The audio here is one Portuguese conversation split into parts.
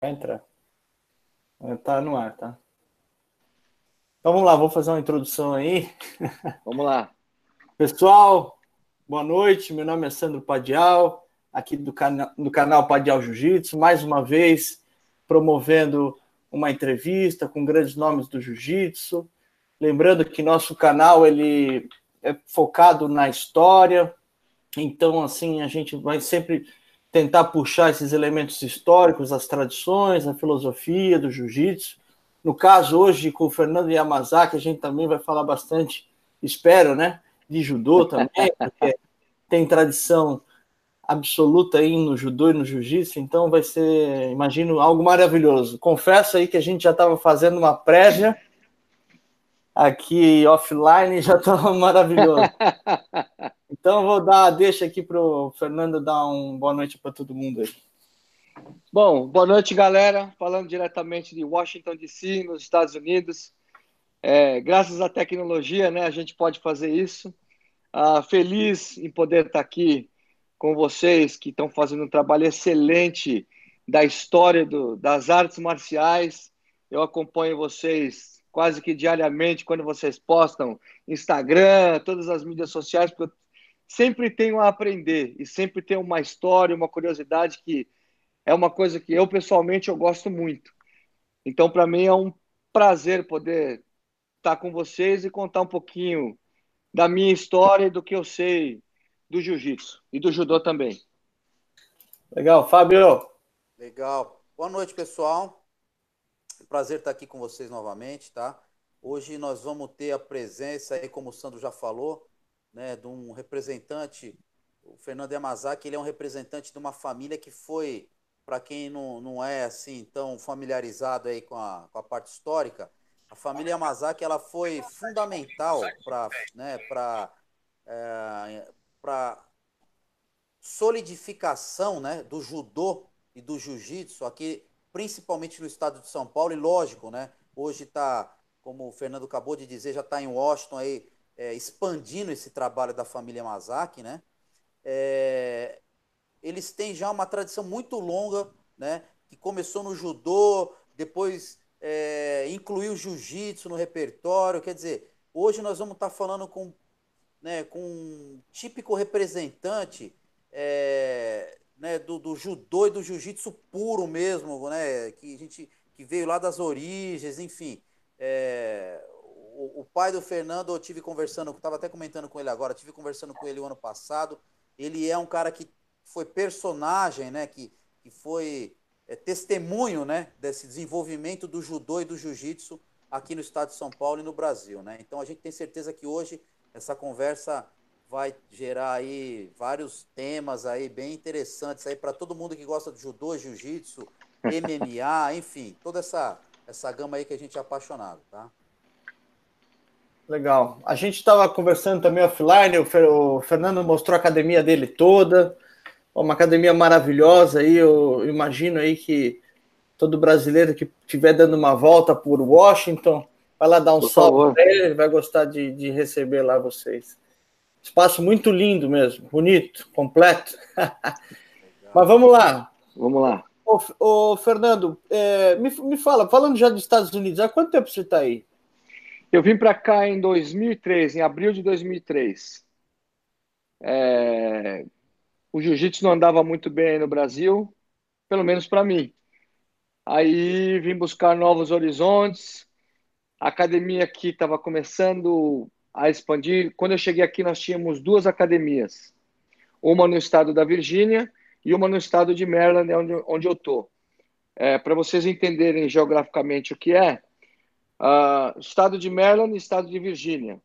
Vai entrar. Tá no ar, tá? Então vamos lá, vou fazer uma introdução aí. Vamos lá. Pessoal, boa noite. Meu nome é Sandro Padial, aqui do canal Padial Jiu-Jitsu, mais uma vez promovendo uma entrevista com grandes nomes do Jiu-Jitsu. Lembrando que nosso canal ele é focado na história, então assim a gente vai sempre tentar puxar esses elementos históricos, as tradições, a filosofia do Jiu-Jitsu. No caso, hoje, com o Fernando Yamazaki, a gente também vai falar bastante, espero, né, de judô também, porque tem tradição absoluta aí no judô e no jiu-jitsu, então vai ser, imagino, algo maravilhoso. Confesso aí que a gente já estava fazendo uma prévia aqui offline, já estava maravilhoso. Então vou dar, deixa aqui para o Fernando dar uma boa noite para todo mundo aí. Bom, boa noite, galera. Falando diretamente de Washington, D.C., nos Estados Unidos. Graças à tecnologia, né, a gente pode fazer isso. Feliz em poder estar aqui com vocês, que estão fazendo um trabalho excelente da história das artes marciais. Eu acompanho vocês quase que diariamente quando vocês postam Instagram, todas as mídias sociais, porque eu sempre tenho a aprender e sempre tenho uma história, uma curiosidade que é uma coisa que eu, pessoalmente, eu gosto muito. Então, para mim, é um prazer poder estar com vocês e contar um pouquinho da minha história e do que eu sei do jiu-jitsu e do judô também. Legal, Fábio. Legal. Boa noite, pessoal. Prazer estar aqui com vocês novamente, tá? Hoje nós vamos ter a presença aí, como o Sandro já falou, né, de um representante, o Fernando Yamazaki. Ele é um representante de uma família que foi, para quem não é assim tão familiarizado aí com a parte histórica, a família Yamazaki, ela foi fundamental para, né, para solidificação, né, do judô e do jiu-jitsu aqui, principalmente no estado de São Paulo. E lógico, né, hoje está, como o Fernando acabou de dizer, já está em Washington aí, expandindo esse trabalho da família Mazaki, né? Eles têm já uma tradição muito longa, né, que começou no judô, depois incluiu o jiu-jitsu no repertório. Quer dizer, hoje nós vamos estar falando com um típico representante, né, do judô e do jiu-jitsu puro mesmo, né, que a gente que veio lá das origens, enfim. O pai do Fernando, eu tive conversando, estava até comentando com ele agora, tive conversando com ele o ano passado. Ele é um cara que foi personagem, né, que foi testemunho, né, desse desenvolvimento do judô e do jiu-jitsu aqui no estado de São Paulo e no Brasil, né? Então a gente tem certeza que hoje essa conversa vai gerar aí vários temas aí bem interessantes aí para todo mundo que gosta de judô, jiu-jitsu, MMA, enfim, toda essa gama aí que a gente é apaixonado, tá? Legal. A gente estava conversando também offline, o Fernando mostrou a academia dele toda, uma academia maravilhosa aí, eu imagino aí que todo brasileiro que estiver dando uma volta por Washington, vai lá dar um Por salve favor. para ele vai gostar de receber lá vocês. Espaço muito lindo mesmo, bonito, completo. Mas Legal. vamos lá. Vamos lá. Ô Fernando, me fala, falando já dos Estados Unidos, há quanto tempo você está aí? Eu vim para cá em 2003, em abril de 2003. O jiu-jitsu não andava muito bem no Brasil, pelo menos para mim. Aí vim buscar novos horizontes. A academia aqui estava começando a expandir. Quando eu cheguei aqui, nós tínhamos duas academias. Uma no estado da Virgínia e uma no estado de Maryland, onde eu estou. Para vocês entenderem geograficamente o que é, estado de Maryland e estado de Virgínia.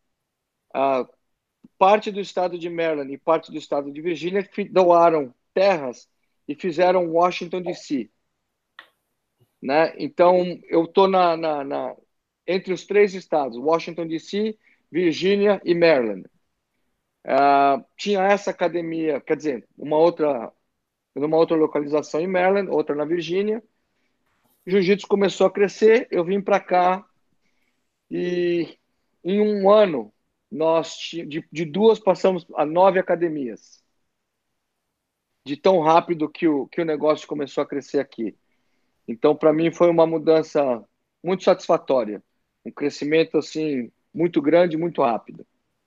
Parte do estado de Maryland e parte do estado de Virgínia doaram terras e fizeram Washington, D.C. Né? Então, eu estou entre os três estados, Washington, D.C., Virgínia e Maryland. Tinha essa academia, quer dizer, numa outra localização em Maryland, outra na Virgínia. Jiu-jitsu começou a crescer, eu vim para cá e em um ano nós de duas passamos a 9 academias. De tão rápido que o negócio começou a crescer aqui. Então, para mim, foi uma mudança muito satisfatória. Um crescimento, assim, muito grande, muito rápido.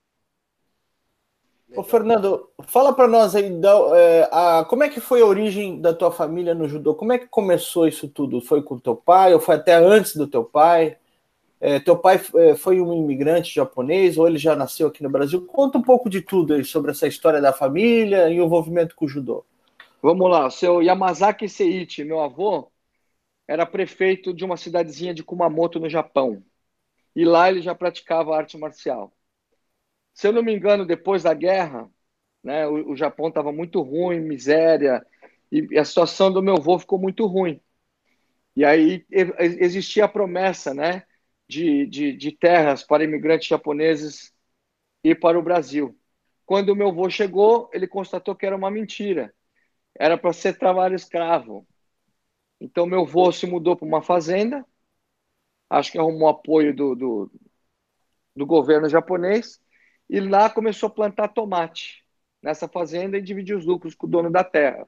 Ô, Fernando, fala para nós aí, como é que foi a origem da tua família no judô? Como é que começou isso tudo? Foi com teu pai ou foi até antes do teu pai? Teu pai foi um imigrante japonês ou ele já nasceu aqui no Brasil? Conta um pouco de tudo aí sobre essa história da família e o envolvimento com o judô. Vamos lá, o seu Yamazaki Seiichi, meu avô, era prefeito de uma cidadezinha de Kumamoto, no Japão. E lá ele já praticava arte marcial. Se eu não me engano, depois da guerra, né, o Japão estava muito ruim, miséria, e a situação do meu avô ficou muito ruim. E aí existia a promessa, né, de terras para imigrantes japoneses ir para o Brasil. Quando o meu avô chegou, ele constatou que era uma mentira. Era para ser trabalho escravo. Então, meu avô se mudou para uma fazenda, acho que arrumou apoio do governo japonês, e lá começou a plantar tomate nessa fazenda e dividir os lucros com o dono da terra.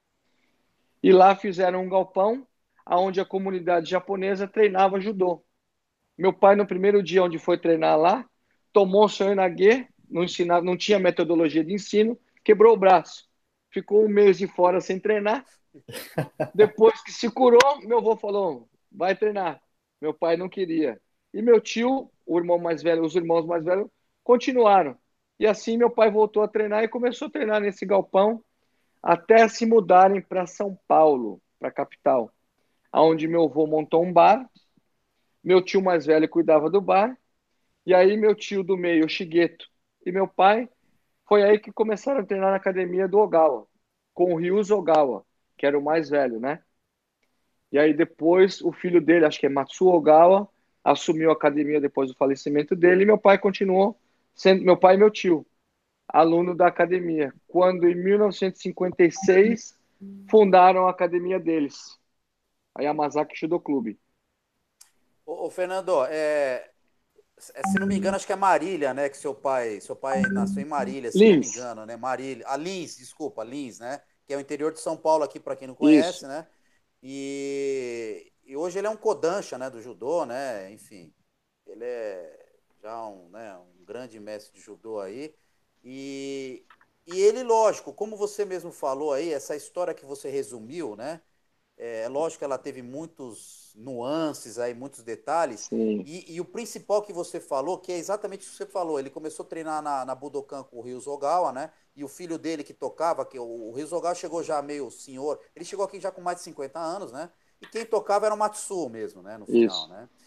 E lá fizeram um galpão onde a comunidade japonesa treinava judô. Meu pai, no primeiro dia onde foi treinar lá, tomou o seu inagê, não tinha metodologia de ensino, quebrou o braço. Ficou um mês de fora sem treinar. Depois que se curou, meu avô falou, vai treinar. Meu pai não queria. E meu tio, o irmão mais velho, os irmãos mais velhos, continuaram. E assim meu pai voltou a treinar e começou a treinar nesse galpão até se mudarem para São Paulo, para a capital, onde meu avô montou um bar, meu tio mais velho cuidava do bar, e aí meu tio do meio, o Shigeto, e meu pai, foi aí que começaram a treinar na academia do Ogawa, com o Ryuzo Ogawa, que era o mais velho, né? E aí depois o filho dele, acho que é Matsuo Ogawa, assumiu a academia depois do falecimento dele, e meu pai continuou sendo, meu pai e meu tio, aluno da academia, quando em 1956 fundaram a academia deles, a Yamazaki Judo Clube. Ô, Fernando, se não me engano, acho que é Marília, né? Que seu pai nasceu em Marília, se não me Lins, engano, né? Marília, Lins, desculpa, Lins, né? Que é o interior de São Paulo aqui, para quem não isso. conhece, né? E hoje ele é um kodansha, né? Do judô, né? Enfim, ele é já um grande mestre de judô aí. E, e ele, lógico, como você mesmo falou aí, essa história que você resumiu, né? Lógico que ela teve muitos nuances aí, muitos detalhes. Sim, E o principal que você falou, que é exatamente o que você falou, ele começou a treinar na Budokan com o Ryuzo Ogawa, né? E o filho dele que tocava, que o Ryuzo Ogawa chegou já meio senhor, ele chegou aqui já com mais de 50 anos, né? E quem tocava era o Matsuo mesmo, né? No final, isso. né?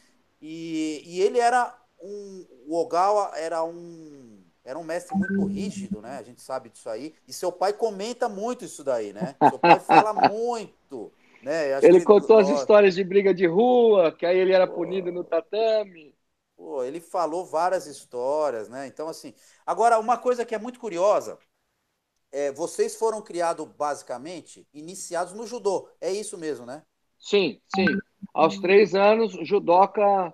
E ele era o Ogawa era um mestre muito rígido, né? A gente sabe disso aí. E seu pai comenta muito isso daí, né? Seu pai fala muito, né? Eu acho que Ele ele, contou as histórias de briga de rua, que aí ele era punido no tatame. pô, ele falou várias histórias, né? Então, assim. Agora, uma coisa que é muito curiosa, vocês foram criados basicamente, iniciados no judô. É isso mesmo, né? Sim, sim. Aos 3 anos, judoca,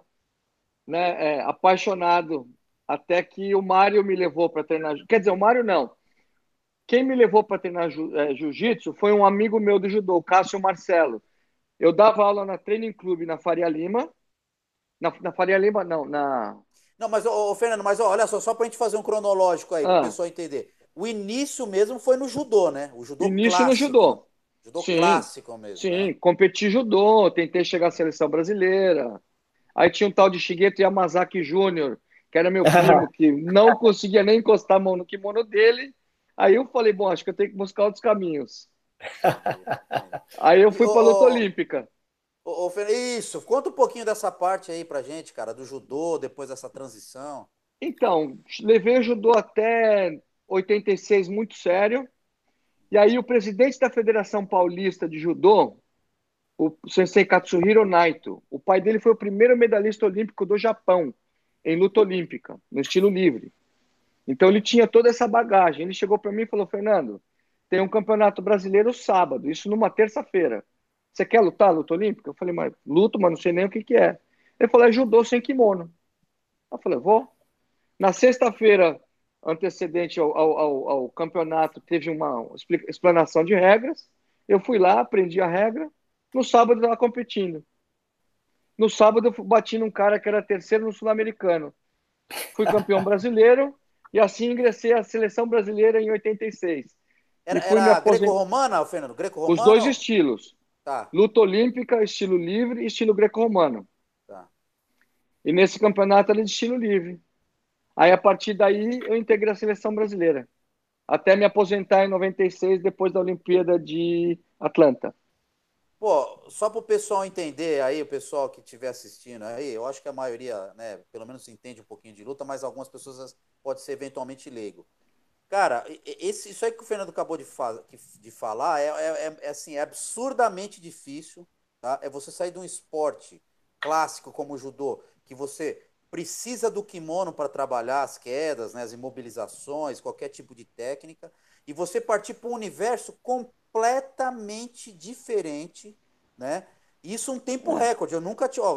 né, apaixonado, até que o Mário me levou para treinar. Quer dizer, o Mário não. Quem me levou para treinar jiu-jitsu foi um amigo meu do judô, Cássio Marcelo. Eu dava aula na Training Club na Faria Lima. Na Faria Lima, não, na. Não, mas, ô, Fernando, mas ó, olha só pra gente fazer um cronológico aí, pro Ah, pessoal entender. O início mesmo foi no judô, né? O judô início no clássico, né? judô. Judô Sim, clássico mesmo, sim. né? Competi judô, tentei chegar à seleção brasileira. Aí tinha um tal de Shigeto Yamazaki Júnior, que era meu primo, que não conseguia nem encostar a mão no kimono dele. Aí eu falei, bom, acho que eu tenho que buscar outros caminhos. Entendi, entendi. Aí eu E, fui para a luta olímpica. Isso, conta um pouquinho dessa parte aí pra gente, cara, do judô, depois dessa transição. Então, levei o judô até 86 muito sério. E aí o presidente da Federação Paulista de Judô, o sensei Katsuhiro Naito, o pai dele foi o primeiro medalhista olímpico do Japão em luta olímpica, no estilo livre. Então ele tinha toda essa bagagem. Ele chegou para mim e falou: Fernando, tem um campeonato brasileiro sábado, isso numa terça-feira. Você quer lutar luta olímpica? Eu falei: mas luto, mas não sei nem o que que é. Ele falou: é judô sem kimono. Eu falei: vou. Na sexta-feira antecedente ao campeonato, teve uma explanação de regras. Eu fui lá, aprendi a regra. No sábado eu estava competindo. No sábado eu bati num cara que era terceiro no Sul-Americano. Fui campeão brasileiro e assim ingressei à seleção brasileira em 86. Era, E fui me era aposentar. greco-romana, Fernando? Os dois Greco-romano? estilos. Tá, Luta olímpica, estilo livre e estilo greco-romano. tá. E nesse campeonato era de estilo livre. Aí, a partir daí, eu integrei a seleção brasileira. Até me aposentar em 96, depois da Olimpíada de Atlanta. Pô, só para o pessoal entender aí, o pessoal que estiver assistindo aí, eu acho que a maioria, né, pelo menos entende um pouquinho de luta, mas algumas pessoas pode ser eventualmente leigo. Cara, isso aí que o Fernando acabou de falar assim, é absurdamente difícil, tá? É você sair de um esporte clássico como o judô, que você precisa do kimono para trabalhar as quedas, né, as imobilizações, qualquer tipo de técnica, e você partir para um universo completamente diferente, né? Isso um tempo recorde. Eu nunca tinha,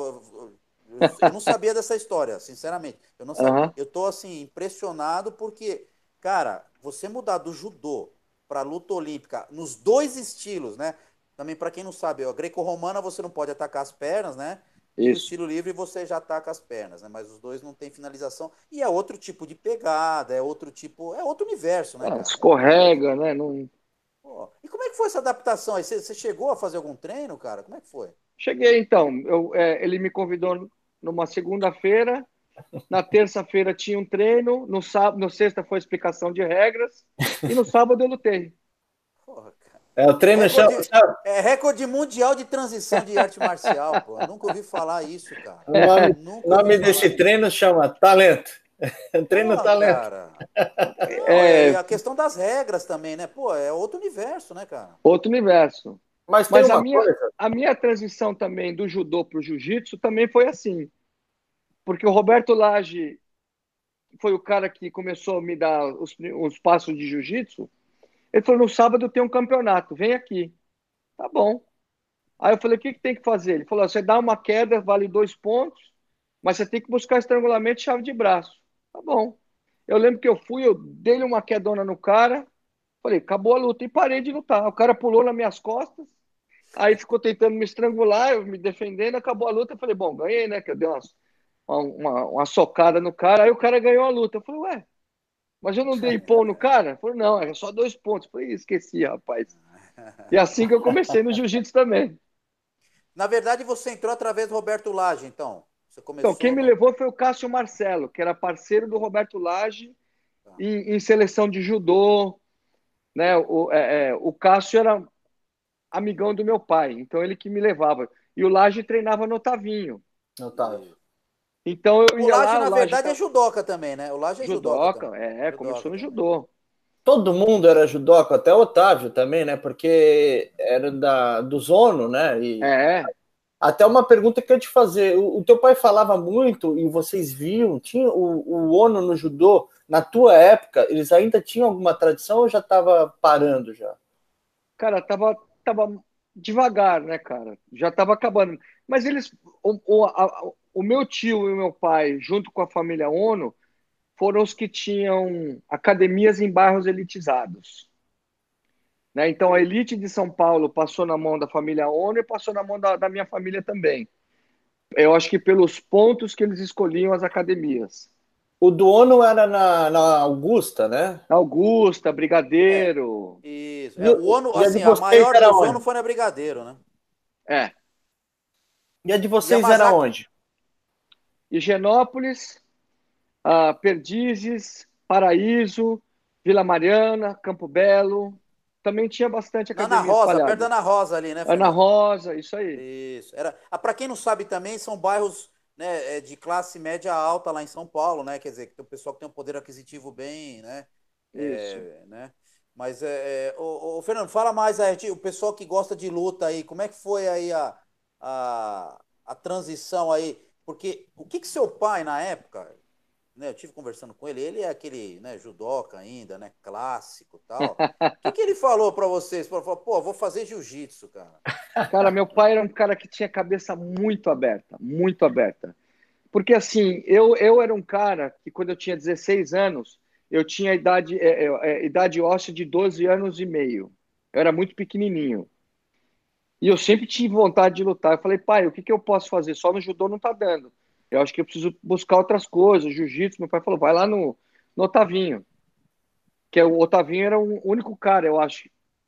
eu não sabia dessa história, sinceramente. Eu não sabia. Uhum. Eu tô assim impressionado porque, cara, você mudar do judô para luta olímpica nos dois estilos, né? Também para quem não sabe, a greco-romana você não pode atacar as pernas, né? E o Isso. estilo livre você já ataca as pernas, né? Mas os dois não tem finalização e é outro tipo de pegada, é outro tipo, é outro universo, né, cara? É outro universo. Escorrega, né? Não... Pô, e como é que foi essa adaptação aí? Você chegou a fazer algum treino, cara? Como é que foi? Cheguei, então. Ele me convidou numa segunda-feira. Na terça-feira tinha um treino. No sábado, no sexta foi explicação de regras. E no sábado eu lutei. Porra, cara. O treino chama, Recorde, recorde mundial de transição de arte marcial, pô. Eu nunca ouvi falar isso, cara. o Nunca ouvi nome falar desse isso. treino chama talento. Treino Porra, talento. cara. Não, é É a questão das regras também, né? Pô, é outro universo, né, cara? outro universo. Mas tem Mas a uma minha, coisa. a minha transição também do judô para o jiu-jitsu também foi assim. Porque o Roberto Lage foi o cara que começou a me dar os passos de jiu-jitsu. Ele falou: no sábado tem um campeonato, vem aqui. Tá bom. Aí eu falei: o que tem que fazer? Ele falou: você dá uma queda, vale 2 pontos, mas você tem que buscar estrangulamento e chave de braço. Tá bom. Eu lembro que eu fui, eu dei uma quedona no cara, falei: acabou a luta, e parei de lutar. O cara pulou nas minhas costas, aí ficou tentando me estrangular, eu me defendendo, acabou a luta. Eu falei: bom, ganhei, né? Que eu dei uma socada no cara, aí o cara ganhou a luta. Eu falei: ué, mas eu não dei pão no cara? Ele falou: não, era só 2 pontos. Eu falei: esqueci, rapaz. E assim que eu comecei no jiu-jitsu também. Na verdade, você entrou através do Roberto Lage, então. Você Então, quem começou me no. levou foi o Cássio Marcelo, que era parceiro do Roberto Lage Tá. em seleção de judô, né? O Cássio era amigão do meu pai, então ele que me levava. E o Lage treinava no Tavinho. Otávio. E- Então eu O ia Lage, lá, o na Lage verdade, é tá judoca também, né? O Lage é judoca judoca, também. começou Judoca no também. judô. Todo mundo era judoca, até o Otávio também, né? Porque era do Zono, né? E É, até uma pergunta que eu ia te fazer: o teu pai falava muito e vocês viam, tinha o Ono no judô, na tua época, eles ainda tinham alguma tradição ou já estava parando já? cara, tava devagar, né, cara? Já tava acabando. Mas o meu tio e o meu pai, junto com a família Ono, foram os que tinham academias em bairros elitizados. Né? Então, a elite de São Paulo passou na mão da família ONU e passou na mão da minha família também. Eu acho que pelos pontos que eles escolhiam as academias. O do Ono era na Augusta, né? Augusta, É, Brigadeiro. isso. E, É, o ONU, e a de assim, a vocês maior era dos ONU onde? foi na Brigadeiro, né? É. E a de vocês era Yamazaki. onde? Higienópolis, Perdizes, Paraíso, Vila Mariana, Campo Belo. Também tinha bastante Na Ana academia Rosa, perto da espalhada. Ana Rosa ali, né, Ana Fernando? Rosa, isso aí. Isso. Para quem não sabe também, são bairros, né, de classe média alta lá em São Paulo, né? Quer dizer, que tem o pessoal que tem um poder aquisitivo bem, né? Isso. Né? Mas, Fernando, fala mais aí, o pessoal que gosta de luta aí, como é que foi aí a transição aí? Porque o que seu pai, na época, né, eu tive conversando com ele, ele é aquele, né, judoca ainda, né, clássico e tal. O que ele falou para vocês? Falou, pô, vou fazer jiu-jitsu, cara. Cara, meu pai era um cara que tinha a cabeça muito aberta, muito aberta. Porque assim, eu era um cara que quando eu tinha 16 anos, eu tinha idade óssea de 12 anos e meio. Eu era muito pequenininho. E eu sempre tive vontade de lutar. Eu falei, pai, o que que eu posso fazer? Só no judô não tá dando. Eu acho que eu preciso buscar outras coisas, jiu-jitsu. Meu pai falou, vai lá no Otavinho, que o Otavinho era o único cara, eu acho,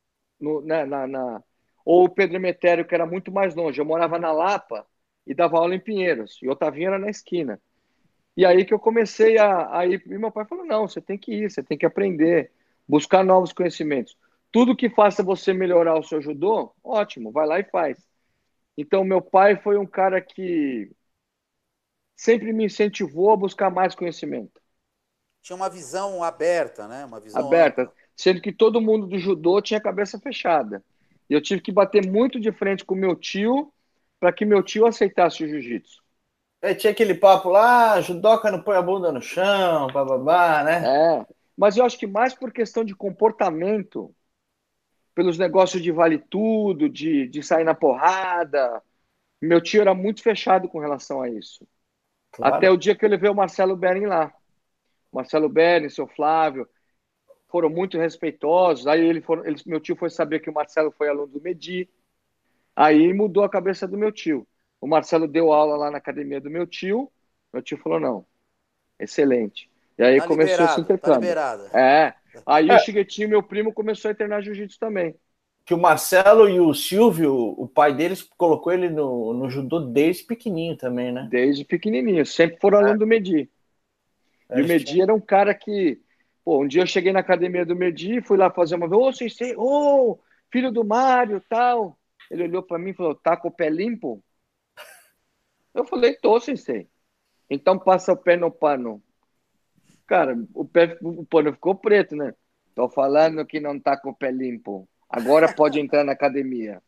ou o Pedro Emetério, que era muito mais longe. Eu morava na Lapa e dava aula em Pinheiros, e o Otavinho era na esquina. E aí que eu comecei a ir, e meu pai falou, não, você tem que ir, você tem que aprender, buscar novos conhecimentos. Tudo que faça você melhorar o seu judô, ótimo, vai lá e faz. Então, meu pai foi um cara que sempre me incentivou a buscar mais conhecimento, Tinha uma visão aberta, né? Uma visão aberta, ampla. sendo que todo mundo do judô tinha a cabeça fechada. E eu tive que bater muito de frente com meu tio para que meu tio aceitasse o jiu-jitsu. Aí tinha aquele papo lá, judoca não põe a bunda no chão, bababá, né? É, mas eu acho que mais por questão de comportamento, pelos negócios de vale tudo, de sair na porrada. Meu tio era muito fechado com relação a isso. Até Claro. o dia que eu levei o Marcelo Bering lá. Marcelo Bering, seu Flávio, foram muito respeitosos. Aí meu tio foi saber que o Marcelo foi aluno do Medi. Aí mudou a cabeça do meu tio. O Marcelo deu aula lá na academia do meu tio. Meu tio falou: não, excelente. E aí Tá começou esse liberado, tá intercâmbio. liberado. É. Aí o É, Shigetinho, meu primo, começou a treinar jiu-jitsu também. que o Marcelo e o Silvio, o pai deles, colocou ele no judô desde pequenininho também, né? Desde pequenininho. Sempre foram aluno do Medi. E o Eles tinham... Medi era um cara que, pô, um dia eu cheguei na academia do Medi, fui lá fazer uma vez, ô, Sensei, ô, filho do Mário, tal. Ele olhou para mim e falou, tá com o pé limpo? Eu falei, tô, Sensei. Então passa o pé no pano. Cara, o pano ficou preto, né? Tô falando que não tá com o pé limpo. Agora pode entrar na academia.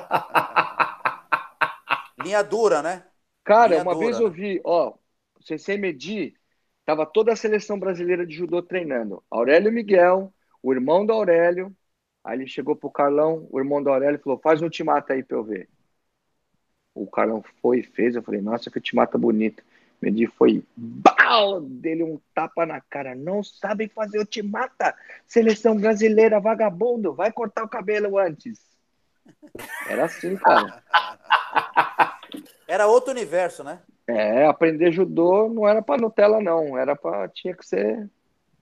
Linha dura, né? Cara, Linha uma vez dura, eu né? vi, ó, o Sensei Medi, tava toda a seleção brasileira de judô treinando. Aurélio Miguel, o irmão do Aurélio. Aí ele chegou pro Carlão, o irmão do Aurélio, e falou: faz um ultimata aí pra eu ver. O Carlão foi e fez. Eu falei: nossa, que ultimata bonito. Medi foi, bau, dele um tapa na cara. Não sabem fazer ultimata. Seleção brasileira, vagabundo, vai cortar o cabelo antes. Era assim, cara. Era outro universo, né? É, aprender judô não era pra Nutella, não. Tinha que ser.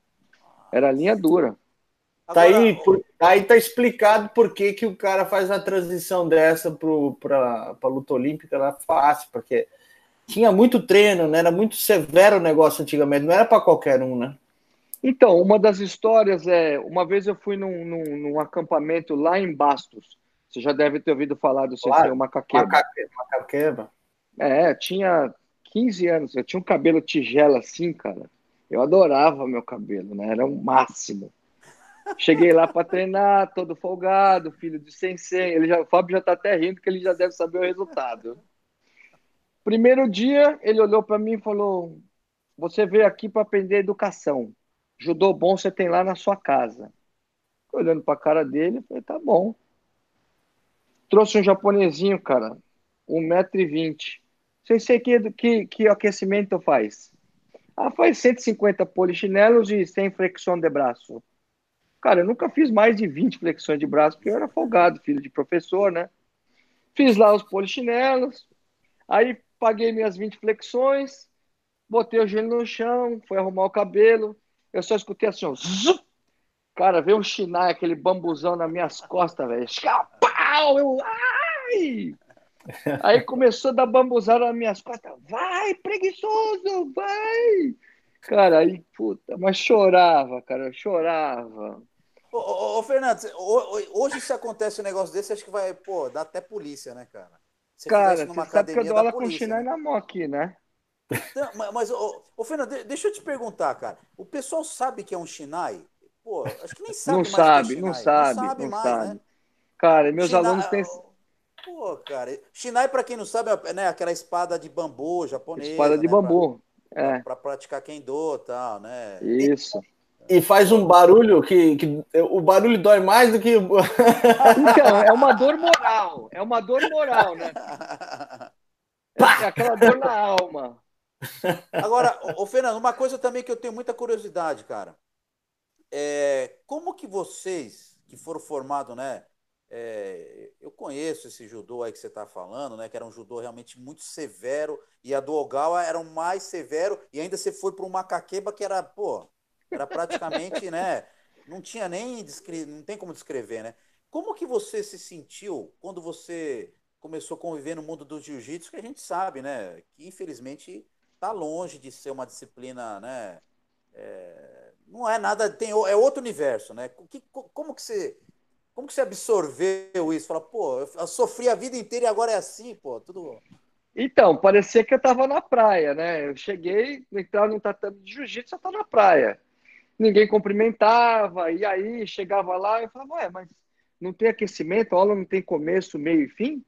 Era linha dura. Tá Agora, aí, aí tá explicado por que, que o cara faz uma transição dessa para luta olímpica lá fácil, porque tinha muito treino, né? Era muito severo o negócio antigamente, não era para qualquer um, né? Então, uma das histórias é, uma vez eu fui num acampamento lá em Bastos. Você já deve ter ouvido falar do Sensei Claro, Macaqueba. macaqueba. É, eu tinha 15 anos, eu tinha um cabelo tigela assim, cara. Eu adorava meu cabelo, né? Era o máximo. Cheguei lá para treinar, todo folgado, filho de Sensei. O Fábio já tá até rindo que ele já deve saber o resultado. Primeiro dia, ele olhou para mim e falou: você veio aqui para aprender educação. Judô bom você tem lá na sua casa. Olhando para a cara dele, falei, tá bom. Trouxe um japonesinho, cara, 1,20 m. Sem sei que aquecimento faz. Ah, faz 150 polichinelos e 100 flexão de braço. Cara, eu nunca fiz mais de 20 flexões de braço, porque eu era folgado, filho de professor, né? Fiz lá os polichinelos, aí paguei minhas 20 flexões, botei o joelho no chão, fui arrumar o cabelo. Eu só escutei assim, ó, zup! Cara, veio um chinai, aquele bambuzão nas minhas costas, velho. Pau! Ai! Aí começou a dar bambuzada nas minhas costas. Vai, preguiçoso, vai! Cara, aí, puta, mas chorava, cara, eu chorava. ô, Fernando, hoje se acontece um negócio desse, acho que vai, pô, dá até polícia, né, cara? Se fizesse Cara, numa você sabe que eu academia dou da aula com polícia, chinai né? na mão aqui, né? Então, mas ô, Fernando, deixa eu te perguntar, cara. O pessoal sabe que é um Shinai? Pô, acho que nem Não sabe mais o que é sabe, não Shinai. Não sabe, sabe não mais, né? sabe. Cara, meus Shinai, alunos têm pô, cara. Shinai, pra quem não sabe, é, né, aquela espada de bambu espada japonesa, de né? bambu. É, Pra praticar Kendo e tal, né? isso. E faz um Pô, barulho que o barulho dói mais do que. Então, é uma dor moral, né? É Pá! aquela dor na alma. agora, ô Fernando, uma coisa também que eu tenho muita curiosidade, cara. É, como que vocês, que foram formados, né? eu conheço esse judô aí que você está falando, né? Que era um judô realmente muito severo, e a do Ogawa era um mais severo, e ainda você foi para um macaqueba que era, pô, era praticamente, né? Não tinha nem, não tem como descrever, né? Como que você se sentiu quando você começou a conviver no mundo do jiu-jitsu, que a gente sabe, né? Que infelizmente está longe de ser uma disciplina, né? Não é nada, é outro universo, né? Como que você absorveu isso? Fala, pô, eu sofri a vida inteira e agora é assim, pô, tudo. Então, parecia que eu estava na praia, né? Eu cheguei, entrar no tatame de jiu-jitsu, eu estava na praia. Ninguém cumprimentava, e aí chegava lá, eu falava, ué, mas não tem aquecimento, a aula não tem começo, meio e fim?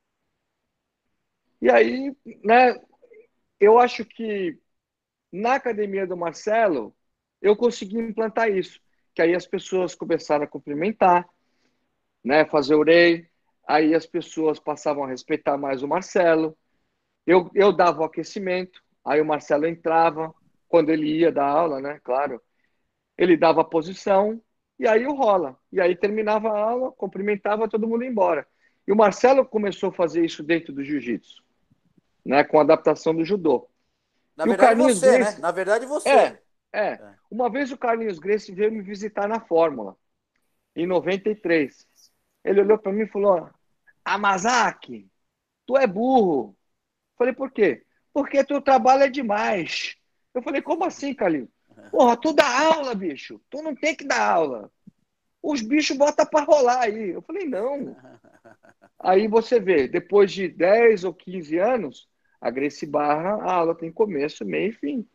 E aí, né, eu acho que na academia do Marcelo, eu consegui implantar isso, que aí as pessoas começaram a cumprimentar, né, fazer orei, aí as pessoas passavam a respeitar mais o Marcelo, eu dava o aquecimento, aí o Marcelo entrava, quando ele ia dar aula, né, claro, ele dava a posição, e aí o rola, e aí terminava a aula, cumprimentava, todo mundo ia embora. E o Marcelo começou a fazer isso dentro do jiu-jitsu, né, com a adaptação do judô. Na E o verdade, Carlinhos você, né? Gracie, Na verdade, você. é, é. É. Uma vez o Carlinhos Gracie veio me visitar na Fórmula, em 93. Ele olhou para mim e falou: Amazaki, tu é burro. Falei, por quê? Porque teu trabalho é demais. Eu falei, como assim, Carlinhos? Porra, tu dá aula, bicho. Tu não tem que dar aula. Os bichos botam para rolar aí. Eu falei, não. Aí você vê, depois de 10 ou 15 anos, a Gracie Barra, a aula tem começo, meio e fim.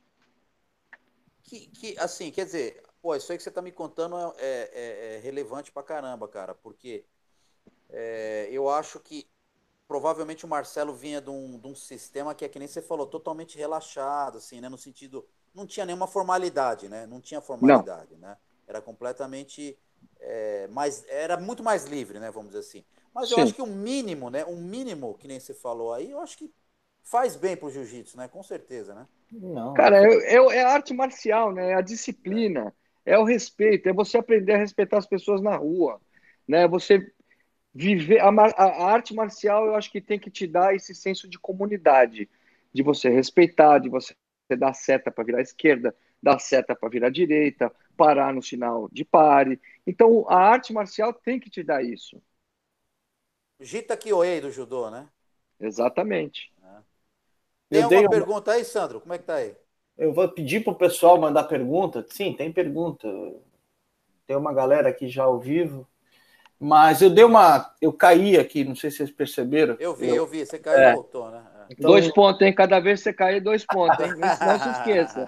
Assim, quer dizer, pô, isso aí que você tá me contando é relevante pra caramba, cara, porque eu acho que provavelmente o Marcelo vinha de um sistema que é que nem você falou, totalmente relaxado, assim, né? No sentido, não tinha nenhuma formalidade, né? Não tinha Não, formalidade, né? Era completamente era muito mais livre, né? Vamos dizer assim. Mas eu acho sim. que o mínimo, né? Um mínimo que nem você falou aí, eu acho que faz bem pro jiu-jitsu, né? Com certeza, né? Não, Cara, é a arte marcial, né? É a É. disciplina, é o respeito, é você aprender a respeitar as pessoas na rua, né? Você viver a arte marcial, eu acho que tem que te dar esse senso de comunidade, de você respeitar, de você dar seta para virar esquerda, dar seta para virar direita, parar no sinal de pare. Então, a arte marcial tem que te dar isso. Jita Kyoei do judô, né? Exatamente. Tem eu alguma dei uma, pergunta aí, Sandro? Como é que tá aí? eu vou pedir para o pessoal mandar pergunta. Sim, tem pergunta. Tem uma galera aqui já ao vivo. Mas eu caí aqui, não sei se vocês perceberam. Eu vi. Você caiu e voltou, né? Dois Então, pontos, hein? Cada vez que você cair, 2 pontos, hein? Não se esqueça.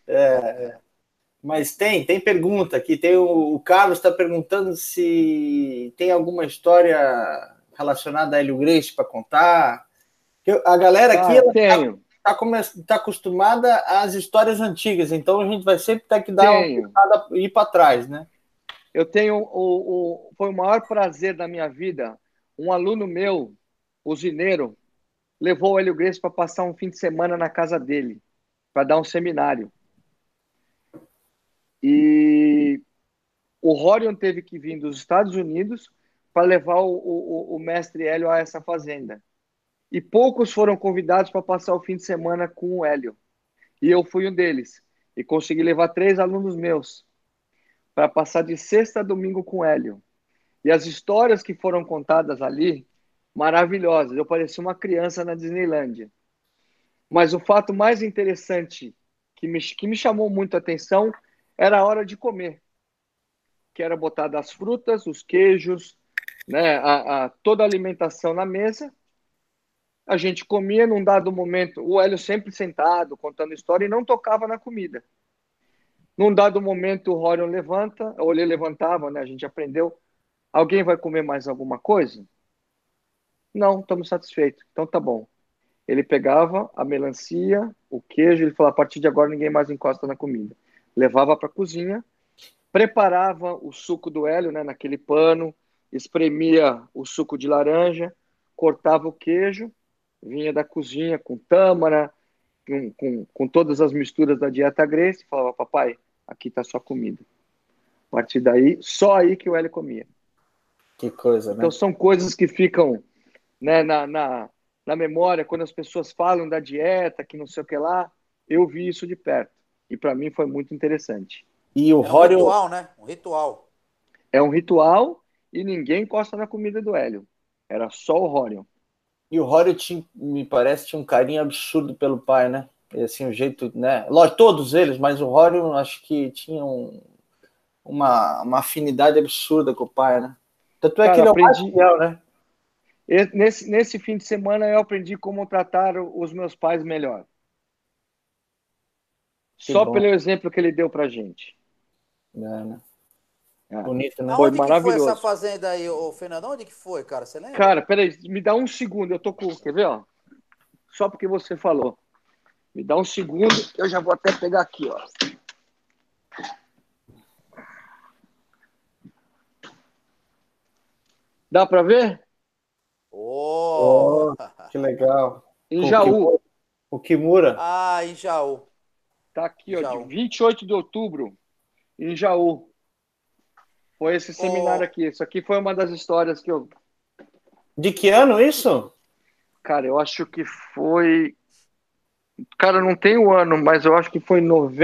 mas tem pergunta aqui. Tem o Carlos está perguntando se tem alguma história relacionada a Hélio Gracie para contar. A galera aqui Ah, ela tenho, tá acostumada às histórias antigas, então a gente vai sempre ter que dar uma tenho. puxada e ir para trás, né? Eu tenho foi o maior prazer da minha vida. Um aluno meu, usineiro, levou o Hélio Gracie para passar um fim de semana na casa dele, para dar um seminário. E o Rorion teve que vir dos Estados Unidos para levar o mestre Hélio a essa fazenda. E poucos foram convidados para passar o fim de semana com o Hélio. E eu fui um deles. E consegui levar 3 alunos meus para passar de sexta a domingo com o Hélio. E as histórias que foram contadas ali, maravilhosas. Eu parecia uma criança na Disneylândia. Mas o fato mais interessante que me chamou muito a atenção era a hora de comer, que era botar as frutas, os queijos, né, toda a alimentação na mesa. A gente comia num dado momento, o Hélio sempre sentado, contando história, e não tocava na comida. Num dado momento, o Rorion levanta, ou ele levantava, né, a gente aprendeu. Alguém vai comer mais alguma coisa? Não, estamos satisfeitos. Então tá bom. Ele pegava a melancia, o queijo, ele falou: a partir de agora ninguém mais encosta na comida. Levava para a cozinha, preparava o suco do Hélio, né, naquele pano, espremia o suco de laranja, cortava o queijo, vinha da cozinha com tâmara, com todas as misturas da dieta Gracie, e falava: papai, aqui está sua comida. A partir daí, só aí que o Hélio comia. Que coisa, né? Então são coisas que ficam, né, na memória, quando as pessoas falam da dieta, que não sei o que lá, eu vi isso de perto. E para mim foi muito interessante. E o Era um Rório, ritual, né? Um ritual. É um ritual e ninguém encosta na comida do Hélio. Era só o Horion. e o Rório tinha, me parece, tinha um carinho absurdo pelo pai, né? E, assim, o jeito, né? Lógico, todos eles, mas o Rório acho que tinha uma afinidade absurda com o pai, né? Tanto é que Cara, ele é o mais aprendi. fiel, né? Nesse fim de semana eu aprendi como tratar os meus pais melhor. Que Só bom, pelo exemplo que ele deu pra gente. né? É. Bonito, né? Foi Aonde que foi essa maravilhoso. fazenda aí, ô Fernando? Onde que foi, cara? Você lembra? Cara, peraí, me dá um segundo. Eu tô com. Quer ver, ó? Só porque você falou. Me dá um segundo, eu já vou até pegar aqui, ó. Dá pra ver? Oh! Oh, que legal. Em Com Jaú. o Kimura. Ah, em Jaú. Tá aqui, Em ó, de Jaú. 28 de outubro, em Jaú. Foi esse seminário Ô, aqui. Isso aqui foi uma das histórias que eu. De que ano isso? Cara, eu acho que foi. Cara, não tem o ano, mas eu acho que foi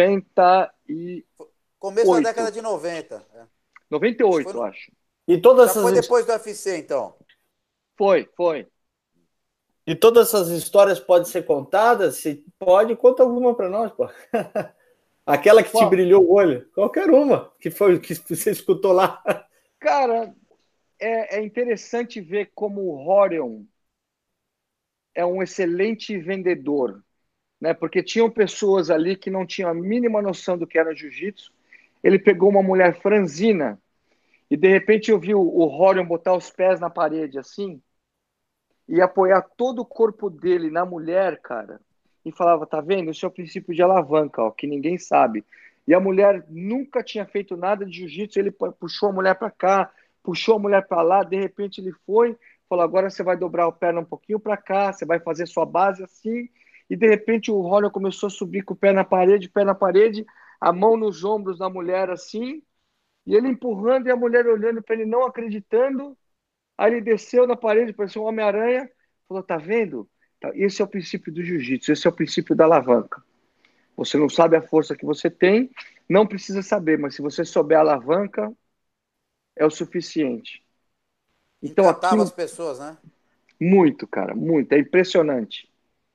98. começo da década de 90. É. Acho que 98, eu acho. E todas já foi essas, depois do UFC, então. Foi. e todas essas histórias podem ser contadas? Se pode, conta alguma para nós, pô. Aquela que te Bom, brilhou o olho, qualquer uma que foi que você escutou lá. cara, é interessante ver como o Horion é um excelente vendedor, né? Porque tinham pessoas ali que não tinham a mínima noção do que era jiu-jitsu. Ele pegou uma mulher franzina e de repente eu vi o Horion botar os pés na parede assim e apoiar todo o corpo dele na mulher, cara. E falava, tá vendo? Esse é o princípio de alavanca, ó, que ninguém sabe. E a mulher nunca tinha feito nada de jiu-jitsu, ele puxou a mulher para cá, puxou a mulher para lá, de repente ele foi, falou, agora você vai dobrar a perna um pouquinho para cá, você vai fazer sua base assim, e de repente o Roller começou a subir com o pé na parede, a mão nos ombros da mulher assim, e ele empurrando e a mulher olhando para ele, não acreditando. Aí ele desceu na parede, parecia um Homem-Aranha, falou: tá vendo? Esse é o princípio do jiu-jitsu, esse é o princípio da alavanca. Você não sabe a força que você tem, não precisa saber, mas se você souber a alavanca, é o suficiente. Então Encantava aquilo, as pessoas, né? muito, cara, muito, é impressionante.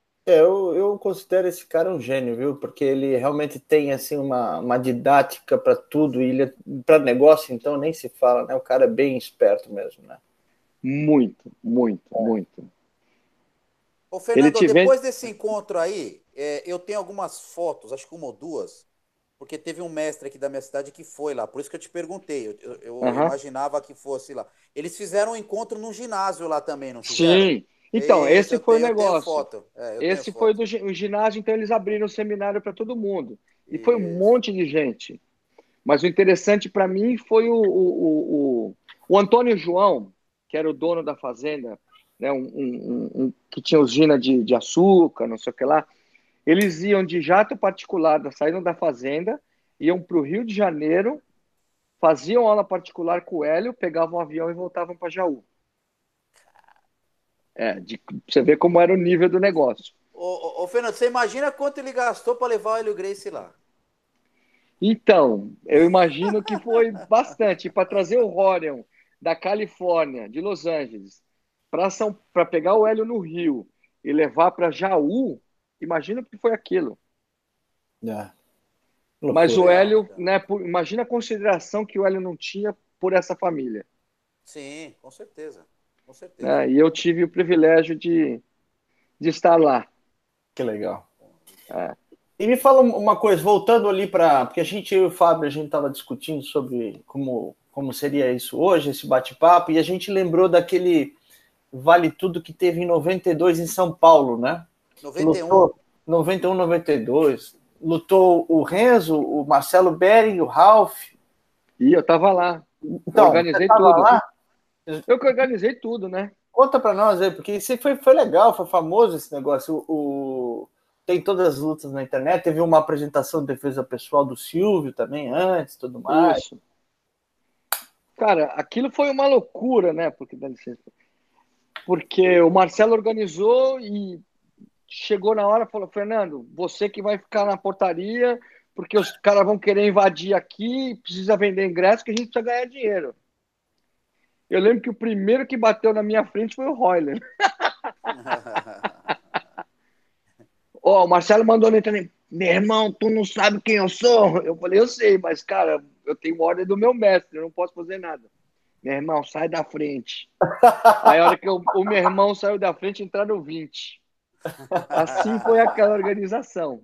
Eu considero esse cara um gênio, viu? Porque ele realmente tem assim uma didática para tudo, e ele para negócio então nem se fala, né? O cara é bem esperto mesmo, né? Muito. Ô, Ele Fernando, te vende. depois desse encontro aí, eu tenho algumas fotos, acho que uma ou duas, porque teve um mestre aqui da minha cidade que foi lá, por isso que eu te perguntei, eu Uhum. imaginava que fosse lá. Eles fizeram um encontro num ginásio lá também, não fizeram? Sim. Então, Isso, esse foi o eu tenho negócio. foto. Eu tenho Esse foi foto. do o ginásio, então eles abriram o seminário para todo mundo. E foi um Isso. monte de gente. Mas o interessante para mim foi o Antônio João, que era o dono da fazenda, né, que tinha usina de açúcar, não sei o que lá. Eles iam de jato particular, saíram da fazenda, iam para o Rio de Janeiro, faziam aula particular com o Hélio, pegavam um avião e voltavam para Jaú. Você vê como era o nível do negócio. Ô, Fernando, você imagina quanto ele gastou para levar o Hélio Gracie lá? Então, eu imagino que foi bastante. Para trazer o Horion da Califórnia, de Los Angeles, para pegar o Hélio no Rio e levar para Jaú, imagina o que foi aquilo. É, Mas loucura. o Legal, Hélio, legal. né, imagina a consideração que o Hélio não tinha por essa família. Sim, com certeza. Com certeza. Né? E eu tive o privilégio de estar lá. Que legal. É. E me fala uma coisa, voltando ali para. Porque a gente, eu e o Fábio, a gente estava discutindo sobre como seria isso hoje, esse bate-papo, e a gente lembrou daquele Vale Tudo que teve em 92 em São Paulo, né? Que 91. lutou 91, 92. Lutou o Renzo, o Marcelo Bering, o Ralph. E eu estava lá. Eu Então, você organizei estava tudo. lá? Eu que organizei tudo, né? Conta para nós aí, porque isso foi legal, foi famoso esse negócio. Tem todas as lutas na internet, teve uma apresentação de defesa pessoal do Silvio também antes, tudo mais. Isso. Cara, aquilo foi uma loucura, né? Porque, dá licença. Porque o Marcelo organizou e chegou na hora e falou: Fernando, você que vai ficar na portaria, porque os caras vão querer invadir aqui, precisa vender ingresso, que a gente precisa ganhar dinheiro. Eu lembro que o primeiro que bateu na minha frente foi o Royler. Ó, o Marcelo mandou no internet: meu irmão, tu não sabe quem eu sou? Eu falei: eu sei, mas, cara, eu tenho ordem do meu mestre, eu não posso fazer nada. Meu irmão, sai da frente. Aí, a hora que o meu irmão saiu da frente, entraram 20. Assim foi aquela organização.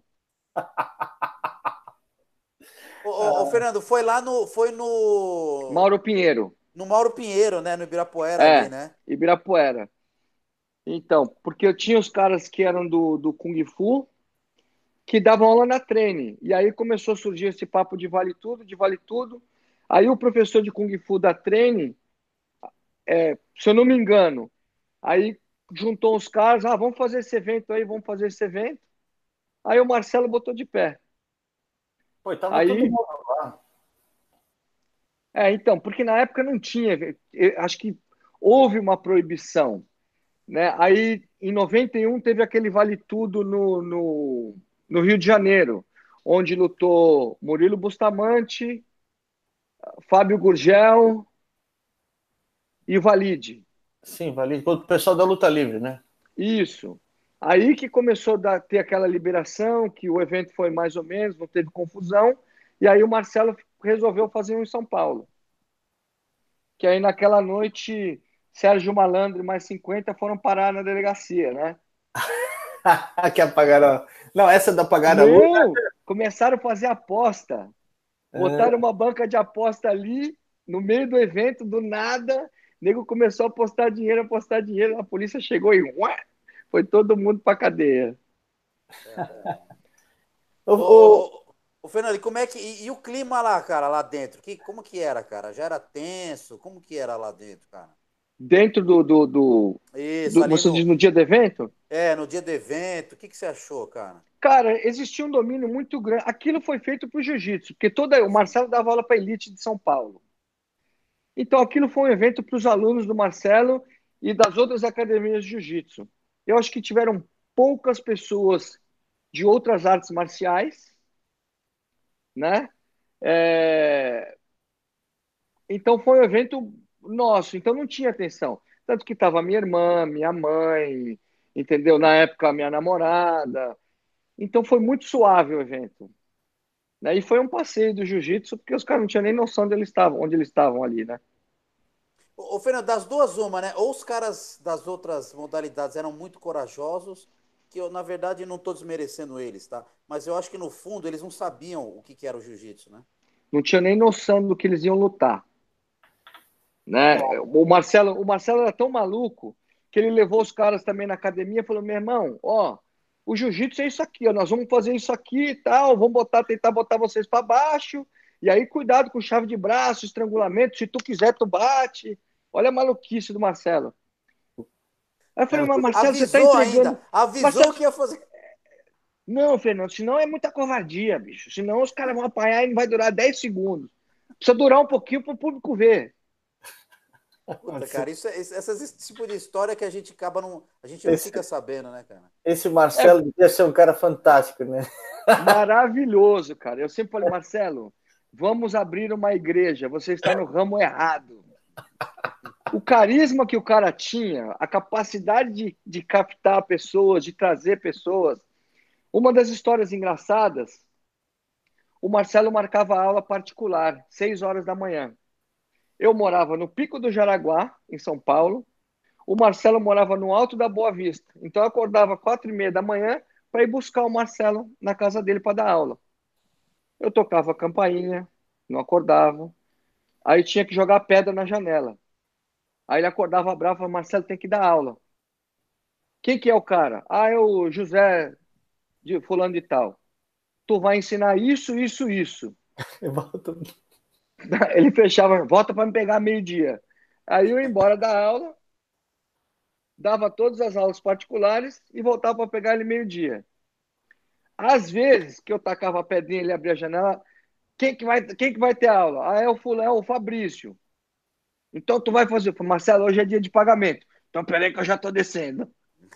Ô, Fernando, foi lá no. Foi Mauro Pinheiro. no Mauro Pinheiro, né? No Ibirapuera ali, É, né? Ibirapuera. Então, porque eu tinha os caras que eram do Kung Fu, que davam aula na treine. E aí começou a surgir esse papo de vale tudo, de vale tudo. Aí o professor de Kung Fu da treine, se eu não me engano, aí juntou os caras: ah, vamos fazer esse evento aí, vamos fazer esse evento. Aí o Marcelo botou de pé. Pô, e tava todo Aí, mundo lá. então, porque na época não tinha, acho que houve uma proibição, né? Aí, em 91, teve aquele Vale Tudo no Rio de Janeiro, onde lutou Murilo Bustamante, Fábio Gurgel e Valide. Sim, valide. O pessoal da luta livre, né? Isso. Aí que começou a ter aquela liberação, que o evento foi mais ou menos, não teve confusão, e aí o Marcelo resolveu fazer um em São Paulo. Que aí naquela noite, Sérgio Malandro e mais 50 foram parar na delegacia, né? Que apagaram. Não, essa da apagar a luz. Não! Começaram a fazer aposta. Botaram É, uma banca de aposta ali, no meio do evento, do nada. O nego começou a apostar dinheiro. A polícia chegou e ué, foi todo mundo pra cadeia. o, Ô, o- ô, ô, Fernando, e como é que. E o clima lá, cara, lá dentro? Como que era, cara? Já era tenso? Como que era lá dentro, cara? Dentro Isso, ali você no. diz no dia do evento? No dia do evento, o que que você achou, cara? Cara, existia um domínio muito grande. Aquilo foi feito para o jiu-jitsu, porque o Sim. Marcelo dava aula para a elite de São Paulo. Então, aquilo foi um evento para os alunos do Marcelo e das outras academias de jiu-jitsu. Eu acho que tiveram poucas pessoas de outras artes marciais, né? É, Então, foi um evento nosso. Então, não tinha atenção. Tanto que estava minha irmã, minha mãe, entendeu? Na época, a minha namorada. Então, foi muito suave o evento. Né? E foi um passeio do jiu-jitsu, porque os caras não tinham nem noção onde eles estavam ali, né? Ô, Fernando, das duas, uma, né? Ou os caras das outras modalidades eram muito corajosos, que eu, na verdade, não estou desmerecendo eles, tá? Mas eu acho que, no fundo, eles não sabiam o que que era o jiu-jitsu, né? Não tinha nem noção do que eles iam lutar. Né? O Marcelo era tão maluco que ele levou os caras também na academia e falou: meu irmão, ó, o jiu-jitsu é isso aqui, ó, nós vamos fazer isso aqui e tal, vamos tentar botar vocês para baixo, e aí cuidado com chave de braço, estrangulamento, se tu quiser, tu bate. Olha a maluquice do Marcelo. Aí eu falei: mas Marcelo, você tá Avisou entregando. ainda, avisou Marcelo, que ia fazer. não, Fernando, senão é muita covardia, bicho. Senão os caras vão apanhar e não vai durar 10 segundos. Precisa durar um pouquinho para o público ver. Puta, cara, esse tipo de história que a gente acaba não. A gente não esse, fica sabendo, né, cara? esse É Marcelo devia ser um cara fantástico, né? maravilhoso, cara. Eu sempre falei: Marcelo, vamos abrir uma igreja. Você está no ramo errado. O carisma que o cara tinha, a capacidade de captar pessoas, de trazer pessoas. Uma das histórias engraçadas, o Marcelo marcava aula particular, 6 horas da manhã. Eu morava no Pico do Jaraguá, em São Paulo. O Marcelo morava no Alto da Boa Vista. Então eu acordava 4:30 da manhã para ir buscar o Marcelo na casa dele para dar aula. Eu tocava a campainha, não acordava. Aí tinha que jogar pedra na janela. Aí ele acordava bravo e falava: Marcelo, tem que dar aula. Quem que é o cara? Ah, é o José de fulano de tal. Tu vai ensinar isso, isso, isso. Ele fechava: volta para me pegar meio-dia. Aí eu ia embora da aula, dava todas as aulas particulares e voltava para pegar ele meio-dia. Às vezes que eu tacava a pedrinha, ele abria a janela: quem que vai ter aula? Ah, é o fulano, é o Fabrício. Então tu vai fazer. Eu falei, Marcelo, hoje é dia de pagamento. Então peraí que eu já tô descendo.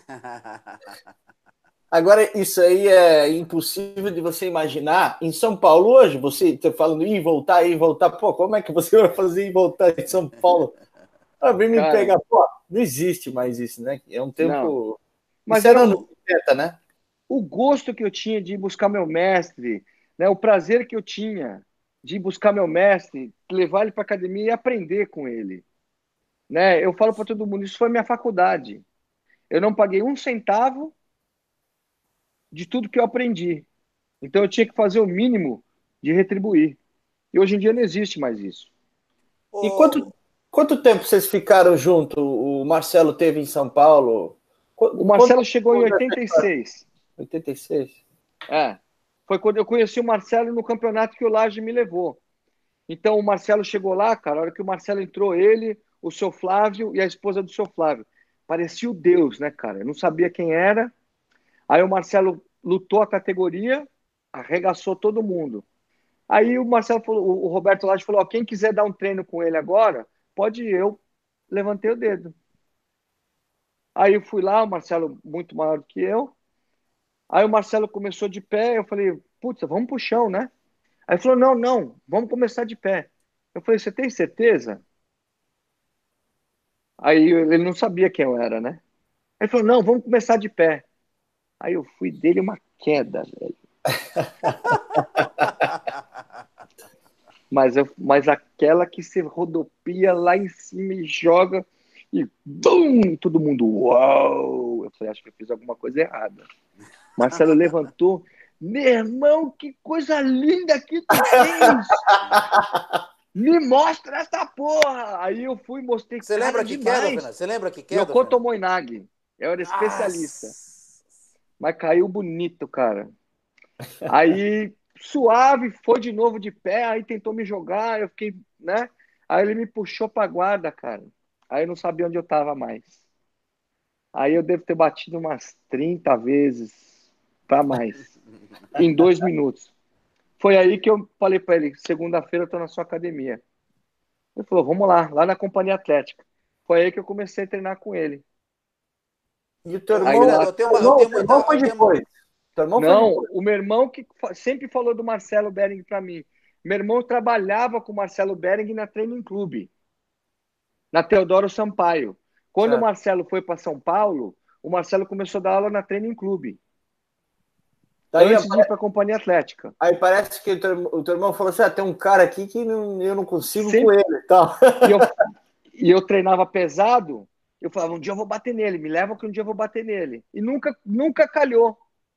Agora, isso aí é impossível de você imaginar. Em São Paulo hoje, você está falando ir e voltar. Pô, como é que você vai fazer ir e voltar em São Paulo? Ah, vem me Cara, pegar. Pô, não existe mais isso, né? É um não. tempo... Mas Isso era era anos 80, né? o gosto que eu tinha de ir buscar meu mestre, né? O prazer que eu tinha de ir buscar meu mestre, levar ele para academia e aprender com ele. Né? Eu falo para todo mundo, isso foi minha faculdade. Eu não paguei um centavo de tudo que eu aprendi. Então eu tinha que fazer o mínimo de retribuir. E hoje em dia não existe mais isso. E Ô, quanto tempo vocês ficaram junto? O Marcelo teve em São Paulo? O Quanto Marcelo chegou em tempo dessa história? 86. 86. É. Foi quando eu conheci o Marcelo no campeonato que o Laje me levou. Então o Marcelo chegou lá, cara, a hora que o Marcelo entrou, ele, o seu Flávio e a esposa do seu Flávio. Parecia o Deus, né, cara? Eu não sabia quem era. Aí o Marcelo lutou a categoria, arregaçou todo mundo. Aí o Marcelo falou, o Roberto Lage falou: ó, quem quiser dar um treino com ele agora, pode ir. Eu levantei o dedo. Aí eu fui lá, o Marcelo muito maior do que eu. Aí o Marcelo começou de pé, eu falei, putz, vamos pro chão, né? Aí ele falou, não, não, vamos começar de pé. Eu falei, você tem certeza? Aí ele não sabia quem eu era, né? Aí ele falou, não, vamos começar de pé. Aí eu fui dele uma queda, velho. Mas aquela que você rodopia lá em cima e joga e bum, todo mundo, uau! Eu falei, acho que eu fiz alguma coisa errada. Marcelo levantou, meu irmão, que coisa linda que tu fez! Me mostra essa porra! Aí eu fui, mostrei, você cara, lembra que queda, Fernando? demais. Você lembra que queda, Yoko Fernando? Tomoinagi, eu era especialista, Nossa! mas caiu bonito, cara. Aí, suave, foi de novo de pé, aí tentou me jogar, eu fiquei, né? Aí ele me puxou pra guarda, cara. Aí eu não sabia onde eu tava mais. Aí eu devo ter batido umas 30 vezes pra mais, em 2 minutos. Foi aí que eu falei pra ele, segunda-feira eu tô na sua academia. Ele falou, vamos lá na Companhia Atlética. Foi aí que eu comecei a treinar com ele. E o teu Ô, Aí irmão, Fernando, lá, eu tenho teu muita. irmão foi depois. Teu irmão foi não, depois. o meu irmão que sempre falou do Marcelo Bering para mim. Meu irmão trabalhava com o Marcelo Bering na Training Club, na Teodoro Sampaio. Quando o Certo. Marcelo foi para São Paulo, o Marcelo começou a dar aula na Training Club, Daí antes de ir para a Companhia Atlética. aí parece que o teu irmão falou assim: tem um cara aqui que eu não consigo com Sempre, ele e tal. e, eu, e eu treinava pesado, eu falava, um dia eu vou bater nele, me leva que um dia eu vou bater nele. E nunca calhou.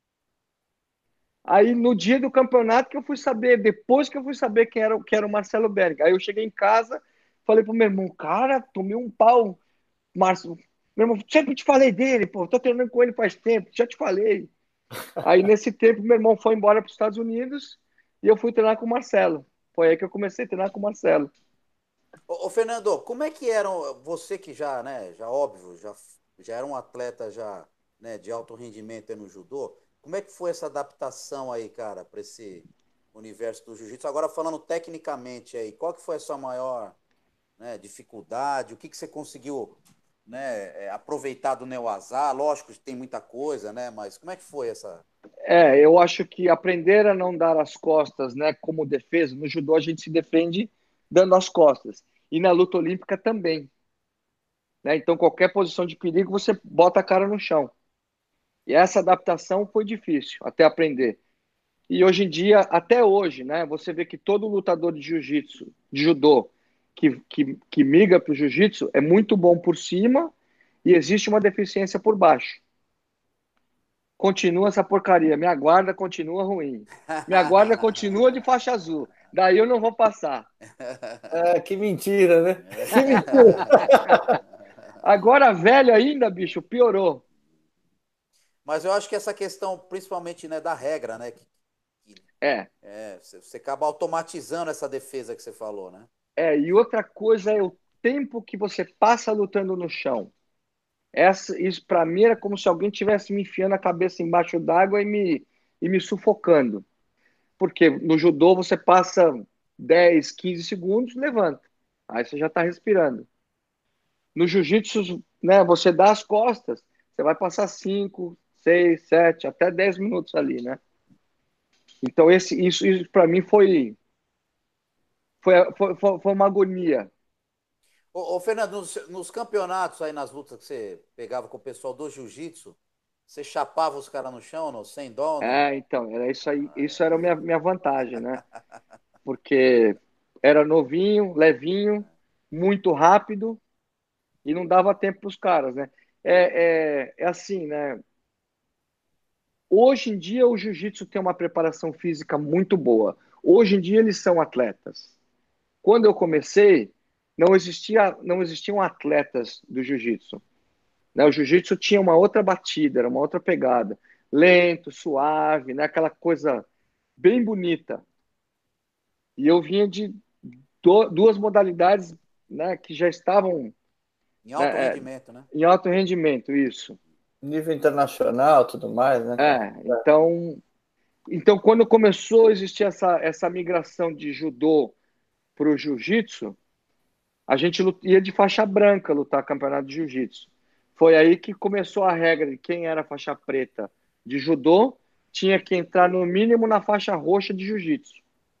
Aí no dia do campeonato que eu fui saber, depois que eu fui saber que era o Marcelo Berg. Aí eu cheguei em casa, falei pro meu irmão, cara, tomei um pau, Márcio. Meu irmão, sempre te falei dele, pô, tô treinando com ele faz tempo, já te falei. Aí nesse tempo meu irmão foi embora para os Estados Unidos e eu fui treinar com o Marcelo. Foi aí que eu comecei a treinar com o Marcelo. Ô, Fernando, como é que eram você que já, né, já óbvio, já era um atleta já, né, de alto rendimento aí no judô? Como é que foi essa adaptação aí, cara, para esse universo do jiu-jitsu? Agora falando tecnicamente aí, qual que foi a sua maior, né, dificuldade? O que que você conseguiu, né, aproveitar do Neuazá? Lógico que tem muita coisa, né, mas como é que foi essa? Eu acho que aprender a não dar as costas, né, como defesa, no judô a gente se defende dando as costas. E na luta olímpica também. Né? Então, qualquer posição de perigo, você bota a cara no chão. E essa adaptação foi difícil até aprender. E hoje em dia, até hoje, né, você vê que todo lutador de jiu-jitsu, de judô, que migra para o jiu-jitsu é muito bom por cima e existe uma deficiência por baixo. Continua essa porcaria. Minha guarda continua ruim. Minha guarda continua de faixa azul. Daí eu não vou passar. Que mentira, né? Que mentira. Agora, velho ainda, bicho, piorou. Mas eu acho que essa questão, principalmente, né, da regra, né, É, você acaba automatizando essa defesa que você falou, né? e outra coisa é o tempo que você passa lutando no chão. Isso para mim era como se alguém tivesse me enfiando a cabeça embaixo d'água e me sufocando. Porque no judô você passa 10, 15 segundos, levanta. Aí você já está respirando. No jiu-jitsu, né, você dá as costas, você vai passar 5, 6, 7, até 10 minutos ali, né? Então, isso para mim foi uma agonia. Ô, Fernando, nos campeonatos aí, nas lutas que você pegava com o pessoal do jiu-jitsu, você chapava os caras no chão, não? Sem dó, não? Então, era isso aí, isso era a minha vantagem, né? Porque era novinho, levinho, muito rápido e não dava tempo para os caras, né? É assim, né? Hoje em dia o jiu-jitsu tem uma preparação física muito boa. Hoje em dia eles são atletas. Quando eu comecei, não existiam atletas do jiu-jitsu, né? O jiu-jitsu tinha uma outra batida, era uma outra pegada, lento, suave, né? Aquela coisa bem bonita. E eu vinha de duas modalidades, né, que já estavam, Em alto né, rendimento, né? em alto rendimento, isso. Nível internacional, tudo mais, né, cara? Então quando começou a existir essa migração de judô para o jiu-jitsu, a gente ia de faixa branca lutar campeonato de jiu-jitsu. Foi aí que começou a regra de quem era faixa preta de judô tinha que entrar no mínimo na faixa roxa de jiu-jitsu.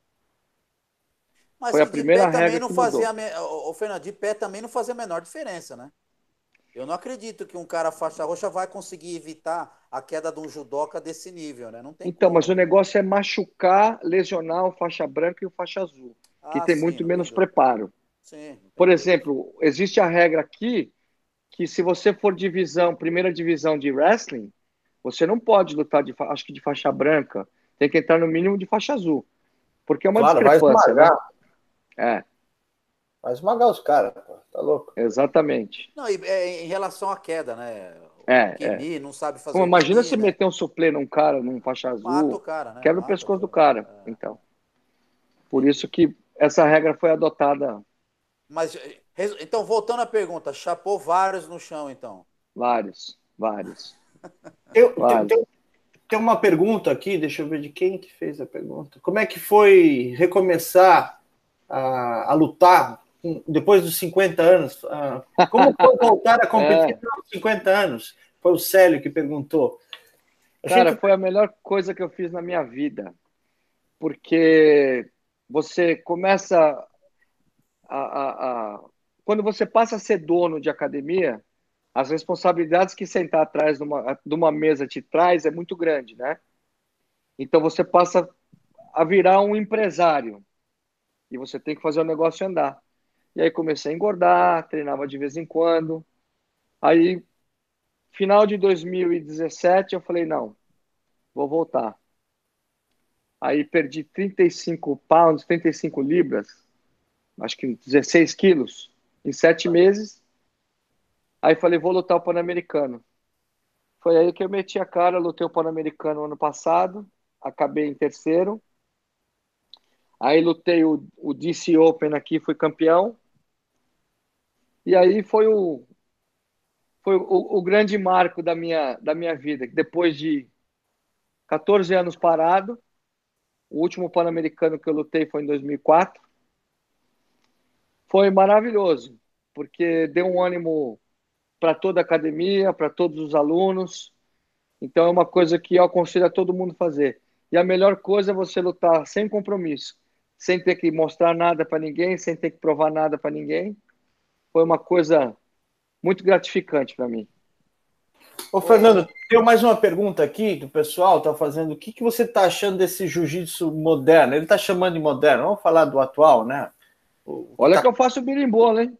Mas Foi a que de pé primeira também regra não que fazia, mudou. ô, Fernando, de pé também não fazia a menor diferença, né? Eu não acredito que um cara faixa roxa vai conseguir evitar a queda de um judoca desse nível, né? Não tem Então, mas como, o né? negócio é machucar, lesionar o faixa branca e o faixa azul, que Ah, tem sim, muito não tem menos dúvida. preparo. Sim, não Por tem dúvida. exemplo, existe a regra aqui que se você for primeira divisão de wrestling, você não pode lutar acho que de faixa branca, tem que entrar no mínimo de faixa azul, porque é uma Claro, vai discrepância, né? esmagar. É, Vai esmagar os caras, pô. Tá louco? exatamente. Não, e em relação à queda, né? O É. Keni não sabe fazer Como o imagina Keni, se né? meter um suplê num cara, num faixa Mata o azul, cara, né? quebra o Mata o pescoço do cara. cara. É, Então, por isso entendi. que essa regra foi adotada Mas, então, voltando à pergunta, chapou vários no chão, então. vários, vários, Eu, tem, vários. tem, tem uma pergunta aqui, deixa eu ver de quem que fez a pergunta. Como é que foi recomeçar a lutar depois dos 50 anos? Como foi voltar a competir É, aos 50 anos? Foi o Célio que perguntou. Achei cara, que foi a melhor coisa que eu fiz na minha vida, porque você começa quando você passa a ser dono de academia, as responsabilidades que sentar atrás de uma mesa te traz é muito grande, né? Então você passa a virar um empresário e você tem que fazer o negócio andar. E aí comecei a engordar, treinava de vez em quando. Aí, final de 2017, eu falei, não, vou voltar. Aí perdi 35 pounds, 35 libras, acho que 16 quilos, em 7 meses. Aí falei, vou lutar o Pan-Americano. Foi aí que eu meti a cara, lutei o Pan-Americano ano passado, acabei em terceiro. Aí lutei o DC Open aqui, fui campeão. E aí foi o grande marco da minha vida. Depois de 14 anos parado, o último Pan-Americano que eu lutei foi em 2004. Foi maravilhoso, porque deu um ânimo para toda a academia, para todos os alunos. Então é uma coisa que eu aconselho a todo mundo fazer. E a melhor coisa é você lutar sem compromisso, sem ter que mostrar nada para ninguém, sem ter que provar nada para ninguém. Foi uma coisa muito gratificante para mim. Ô, Ô, Fernando, ô, tem mais uma pergunta aqui que o pessoal está fazendo. O que você está achando desse jiu-jitsu moderno? Ele está chamando de moderno. Vamos falar do atual, né? O que Olha está que eu faço berimbolo, hein?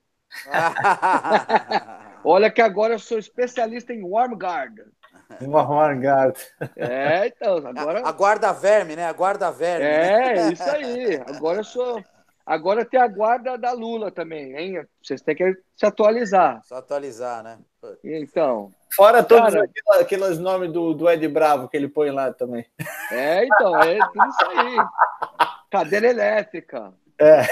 Olha que agora eu sou especialista em warm guard. um avant-garde. Então, agora Aguarda verme, né? Aguarda verme, né? isso aí. Agora eu sou. Agora tem a guarda da Lula também, hein? Vocês têm que se atualizar. Só atualizar, né? Putz. Então, Fora todos cara, aqueles nomes do Ed Bravo que ele põe lá também. então, é tudo isso aí. Cadeira elétrica. É.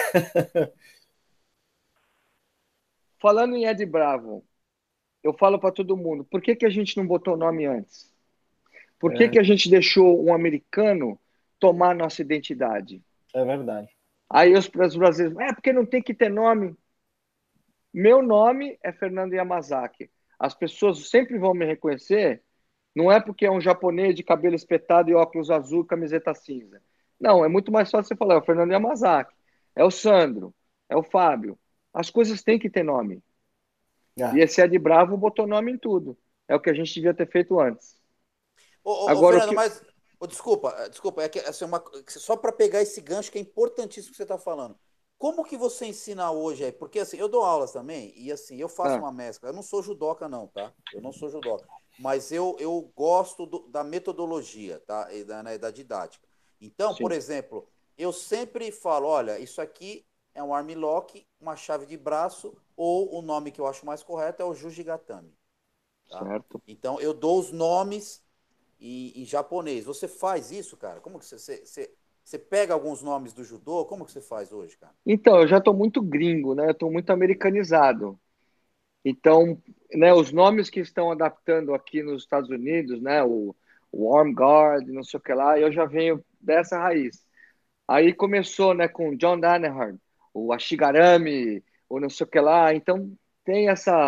Falando em Ed Bravo, eu falo para todo mundo, por que que a gente não botou o nome antes? Por que É, que a gente deixou um americano tomar nossa identidade? é verdade. Aí os brasileiros, porque não tem que ter nome. Meu nome é Fernando Yamazaki. As pessoas sempre vão me reconhecer, não é porque é um japonês de cabelo espetado e óculos azul, camiseta cinza. Não, é muito mais fácil você falar, é o Fernando Yamazaki, é o Sandro, é o Fábio. As coisas têm que ter nome. E É. esse Ed Bravo botou nome em tudo. É o que a gente devia ter feito antes. Ô, Agora, o Fernando, que... mas. Desculpa, é que assim, só para pegar esse gancho que é importantíssimo que você está falando. Como que você ensina hoje aí? Porque assim, eu dou aulas também, e assim, eu faço Ah, uma mescla. Eu não sou judoca, não, tá? Eu não sou judoca. Mas eu gosto da metodologia, tá? E da didática. Então, por sim, exemplo, eu sempre falo: olha, isso aqui é um arm lock, uma chave de braço, ou o nome que eu acho mais correto é o Jujigatami, tá? certo. Então, eu dou os nomes em japonês. Você faz isso, cara? Como que você pega alguns nomes do judô? Como que você faz hoje, cara? Então, eu já estou muito gringo, né? Eu estou muito americanizado. Então, né, os nomes que estão adaptando aqui nos Estados Unidos, né, o Arm Guard, não sei o que lá, eu já venho dessa raiz. Aí começou, né, com John Danaher, o Ashigarami, o não sei o que lá. Então, tem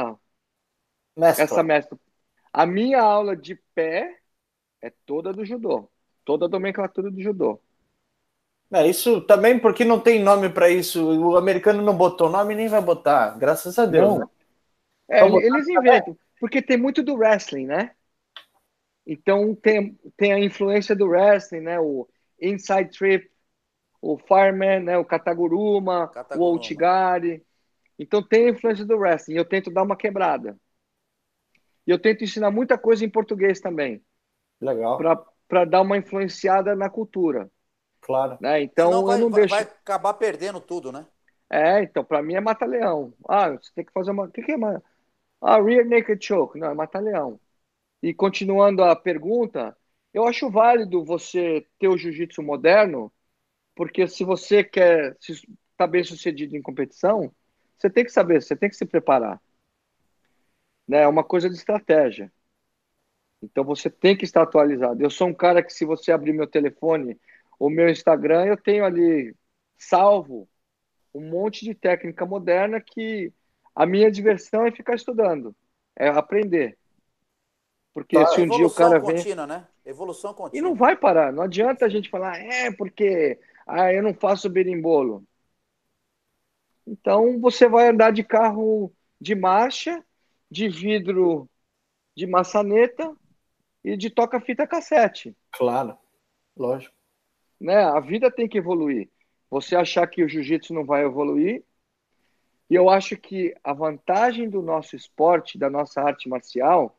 essa Mescla. mescla. A minha aula de pé é toda do judô, toda a nomenclatura do judô. É, isso também porque não tem nome para isso. O americano não botou nome e nem vai botar, graças a Deus, né? Não, é, Estão botando eles inventam, porque tem muito do wrestling, né? Então tem a influência do wrestling, né? O Inside Trip, o Fireman, né? O Kataguruma, o Kataguruma. Outigari. Então tem a influência do wrestling. Eu tento dar uma quebrada. E eu tento ensinar muita coisa em português também, legal, para dar uma influenciada na cultura, claro. né? Senão Então eu não vai deixo. acabar perdendo tudo, né? Então para mim é mata-leão. Ah, você tem que fazer uma. O que é uma. Ah, rear naked choke. Não, é mata-leão. E continuando a pergunta, eu acho válido você ter o jiu-jitsu moderno, porque se você quer estar bem sucedido em competição, você tem que saber, você tem que se preparar, né? É uma coisa de estratégia. Então você tem que estar atualizado. Eu sou um cara que, se você abrir meu telefone ou meu Instagram, eu tenho ali salvo um monte de técnica moderna que a minha diversão é ficar estudando, é aprender. Porque se Claro. um dia o Evolução cara vem contínua, né? Evolução e não contínua. vai parar, não adianta a Sim. gente falar, porque eu não faço berimbolo. Então você vai andar de carro de marcha, de vidro de maçaneta e de toca-fita cassete, Claro, lógico. né? A vida tem que evoluir. Você achar que o jiu-jitsu não vai evoluir, e eu acho que a vantagem do nosso esporte, da nossa arte marcial,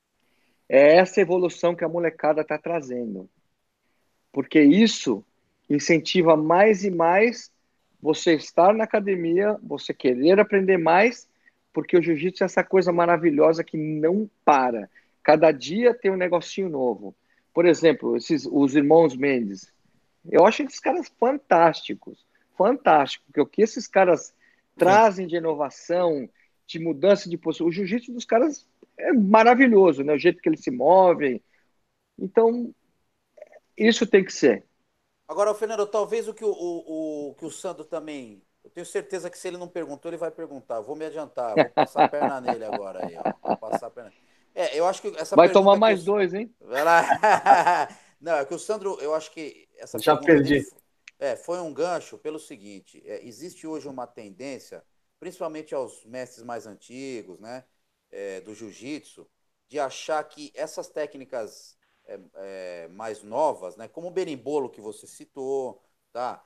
é essa evolução que a molecada está trazendo. Porque isso incentiva mais e mais você estar na academia, você querer aprender mais, porque o jiu-jitsu é essa coisa maravilhosa que não para. Cada dia tem um negocinho novo. Por exemplo, os irmãos Mendes. Eu acho esses caras fantásticos, fantásticos, porque o que esses caras Sim. trazem de inovação, de mudança de postura, o jiu-jitsu dos caras é maravilhoso, né? O jeito que eles se movem. Então, isso tem que ser. Agora, Fernando, talvez o que o Sandro também. Eu tenho certeza que se ele não perguntou, ele vai perguntar. Eu vou me adiantar, vou passar a perna nele agora aí, ó. Vou passar a perna. Eu acho que essa Vai tomar pergunta que mais dois, hein? Vai lá. Não, é que o Sandro, eu acho que essa Já pergunta dele perdi. foi um gancho pelo seguinte: existe hoje uma tendência, principalmente aos mestres mais antigos, né, do jiu-jitsu, de achar que essas técnicas mais novas, né, como o berimbolo que você citou, tá?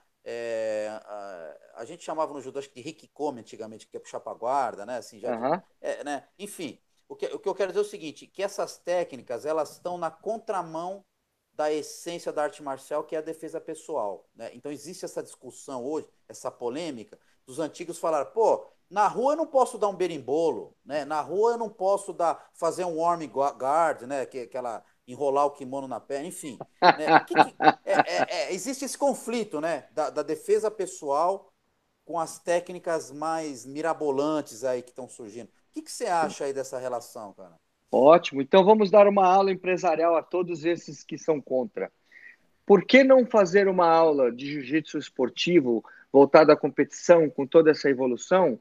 A gente chamava no judô, acho que de hikikomi antigamente, que é puxar para guarda, né? Assim, Aham. né? Enfim, o que eu quero dizer é o seguinte, que essas técnicas, elas estão na contramão da essência da arte marcial, que é a defesa pessoal, né? Então existe essa discussão hoje, essa polêmica, dos antigos falaram, pô, na rua eu não posso dar um berimbolo, né? Na rua eu não posso fazer um warm guard, né? Aquela enrolar o kimono na perna, enfim, né? Existe esse conflito, né? Da defesa pessoal com as técnicas mais mirabolantes aí que estão surgindo. O que você acha aí dessa relação, cara? Ótimo. Então vamos dar uma aula empresarial a todos esses que são contra. Por que não fazer uma aula de jiu-jitsu esportivo voltada à competição, com toda essa evolução,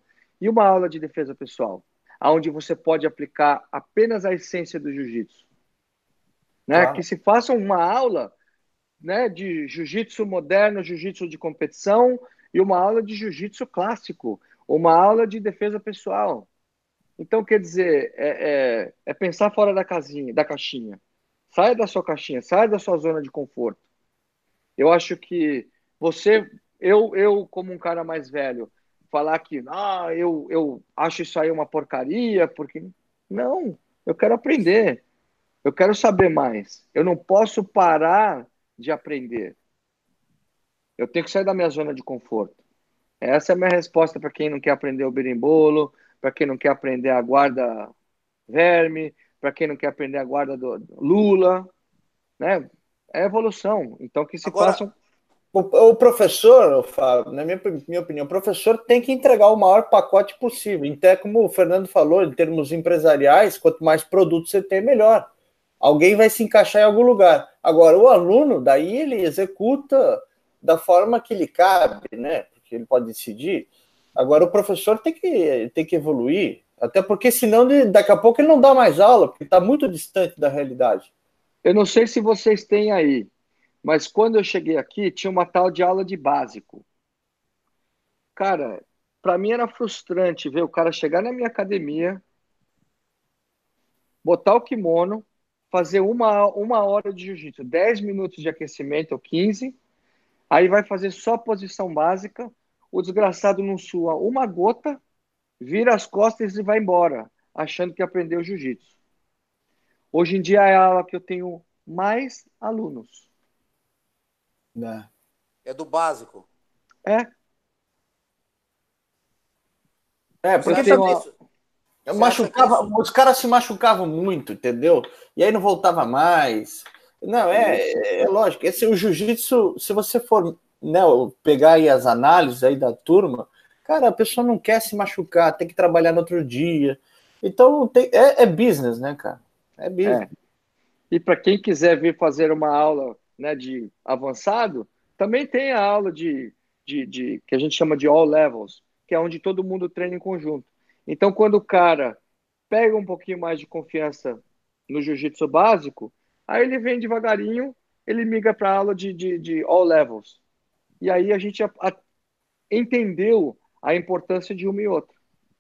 E uma aula de defesa pessoal, onde você pode aplicar apenas a essência do jiu-jitsu, né? Claro. Que se faça uma aula, né, de jiu-jitsu moderno, jiu-jitsu de competição e uma aula de jiu-jitsu clássico, uma aula de defesa pessoal. Então, quer dizer, é pensar fora da casinha, da caixinha. Saia da sua caixinha, saia da sua zona de conforto. Eu acho que eu como um cara mais velho, falar que eu acho isso aí uma porcaria, porque não, eu quero aprender, eu quero saber mais. Eu não posso parar de aprender. Eu tenho que sair da minha zona de conforto. Essa é a minha resposta para quem não quer aprender o berimbolo, para quem não quer aprender a guarda verme, para quem não quer aprender a guarda do Lula, né? É evolução. Então que se Agora, façam. O professor, Fábio, na minha opinião, o professor tem que entregar o maior pacote possível. Até como o Fernando falou, em termos empresariais, quanto mais produto você tem, melhor. Alguém vai se encaixar em algum lugar. Agora, o aluno, daí ele executa da forma que lhe cabe, né? Porque ele pode decidir. Agora, o professor tem que evoluir, até porque senão daqui a pouco ele não dá mais aula, porque está muito distante da realidade. Eu não sei se vocês têm aí, mas quando eu cheguei aqui, tinha uma tal de aula de básico. Cara, para mim era frustrante ver o cara chegar na minha academia, botar o kimono, fazer uma hora de jiu-jitsu, 10 minutos de aquecimento ou 15, aí vai fazer só posição básica, o desgraçado não sua uma gota, vira as costas e vai embora, achando que aprendeu jiu-jitsu. Hoje em dia é a aula que eu tenho mais alunos. Né? é do básico. É, Você eu Porque acha tenho que também uma, isso, você acha que isso, os caras se machucavam muito, entendeu? E aí não voltava mais. Não, isso. é lógico. Esse, o jiu-jitsu, se você for, né, pegar aí as análises aí da turma, cara, a pessoa não quer se machucar, tem que trabalhar no outro dia. Então é business, né, cara? É business. É. E para quem quiser vir fazer uma aula, né, de avançado, também tem a aula de que a gente chama de all levels, que é onde todo mundo treina em conjunto. Então, quando o cara pega um pouquinho mais de confiança no jiu-jitsu básico, aí ele vem devagarinho, ele migra para a aula de all levels. E aí a gente entendeu a importância de uma e outra.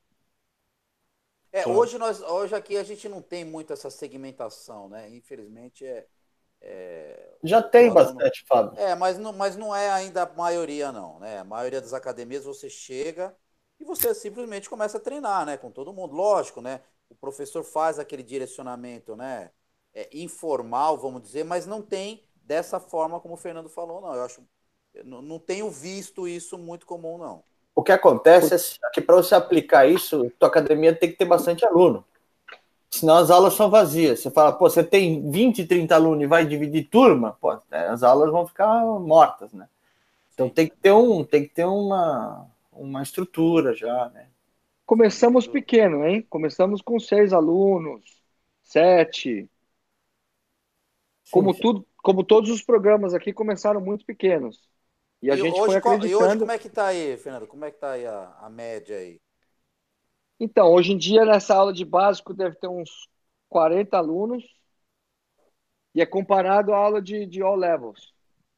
Claro. hoje aqui a gente não tem muito essa segmentação, né? Infelizmente Já o tem aluno. bastante, Fábio. Mas não é ainda a maioria, não, né? A maioria das academias você chega e você simplesmente começa a treinar, né? Com todo mundo. Lógico, né? O professor faz aquele direcionamento, né? Informal, vamos dizer, mas não tem dessa forma como o Fernando falou, não. Eu não tenho visto isso muito comum, não. O que acontece é que para você aplicar isso, tua academia tem que ter bastante aluno. Senão as aulas são vazias. Você fala, pô, você tem 20, 30 alunos e vai dividir turma, pô, as aulas vão ficar mortas, né? Então Sim, tem que ter uma estrutura já, né? sim, sem Começamos dúvida. pequeno, hein? Começamos com 6 alunos, 7. Sim, sim. Como todos os programas aqui começaram muito pequenos. E a gente foi E hoje acreditando. como é que tá aí, Fernando? Como é que tá aí a média aí? Então, hoje em dia, nessa aula de básico, deve ter uns 40 alunos, e é comparado à aula de all levels.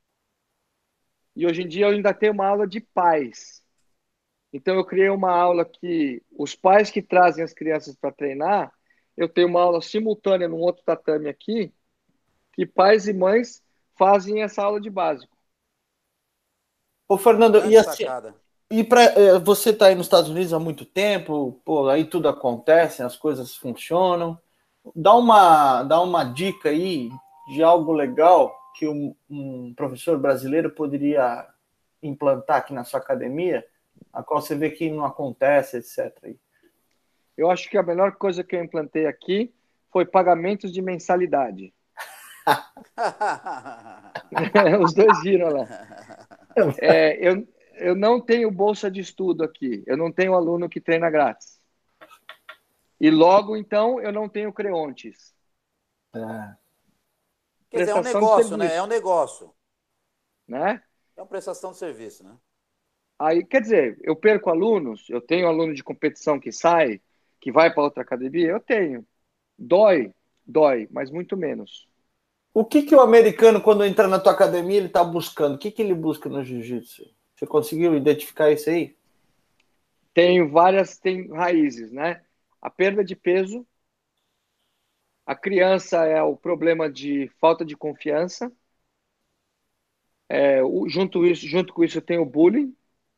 E hoje em dia, eu ainda tenho uma aula de pais. Então, eu criei uma aula que os pais que trazem as crianças para treinar, eu tenho uma aula simultânea num outro tatame aqui, que pais e mães fazem essa aula de básico. Ô, Fernando, e Grande assim, sacada. e para você tá aí nos Estados Unidos há muito tempo, pô, aí tudo acontece, as coisas funcionam. Dá uma dica aí de algo legal que um professor brasileiro poderia implantar aqui na sua academia, a qual você vê que não acontece, etc. Eu acho que a melhor coisa que eu implantei aqui foi pagamentos de mensalidade. Os dois viram lá. Eu não tenho bolsa de estudo aqui. Eu não tenho aluno que treina grátis. E logo, então, eu não tenho creontes. É. Quer dizer, é um Prestação de negócio, né? É um serviço, negócio. né? É uma prestação de serviço, né? Aí, quer dizer, eu perco alunos, eu tenho aluno de competição que sai, que vai para outra academia, eu tenho. Dói, dói, mas muito menos. O que que o americano, quando entra na tua academia, ele está buscando? O que que ele busca no jiu-jitsu? Você conseguiu identificar isso aí? Tem raízes, né? A perda de peso, a criança é o problema de falta de confiança, junto com isso tem o bullying,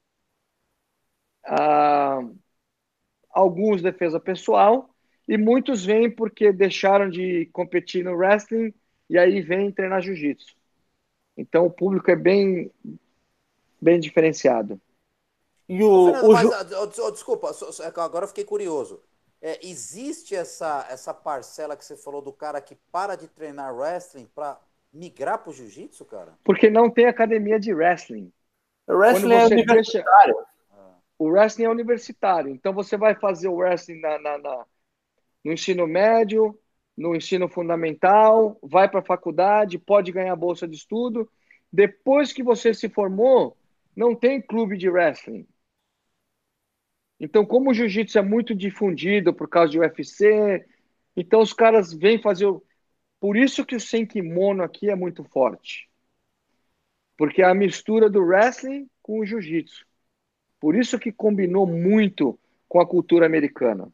ah, alguns defesa pessoal, e muitos vêm porque deixaram de competir no wrestling e aí vêm treinar jiu-jitsu. Então o público é bem diferenciado. E Ô, Fernando, o mas ju... desculpa, é que agora eu fiquei curioso. Existe essa parcela que você falou do cara que para de treinar wrestling para migrar pro jiu-jitsu, cara? Porque não tem academia de wrestling. o Quando wrestling é você deixa. universitário. O wrestling é universitário. Então você vai fazer o wrestling no ensino médio, no ensino fundamental, vai para a faculdade, pode ganhar bolsa de estudo. Depois que você se formou, não tem clube de wrestling. Então, como o jiu-jitsu é muito difundido por causa de UFC, então os caras vêm fazer o. Por isso que o sem kimono aqui é muito forte. Porque é a mistura do wrestling com o jiu-jitsu. Por isso que combinou muito com a cultura americana.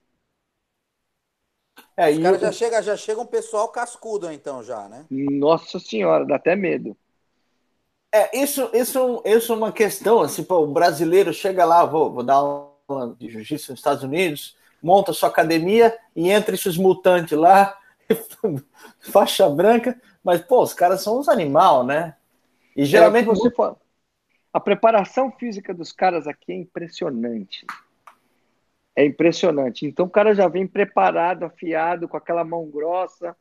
É, Os e caras o... já chega um pessoal cascudo, então, já, né? Nossa senhora, dá até medo. isso é uma questão, assim, pô, o brasileiro chega lá, vou dar aula de jiu-jitsu nos Estados Unidos, monta sua academia e entra esses mutantes lá, faixa branca, mas, pô, os caras são uns animal, né? E É o que geralmente você fala. A preparação física dos caras aqui é impressionante. É impressionante. Então o cara já vem preparado, afiado, com aquela mão grossa.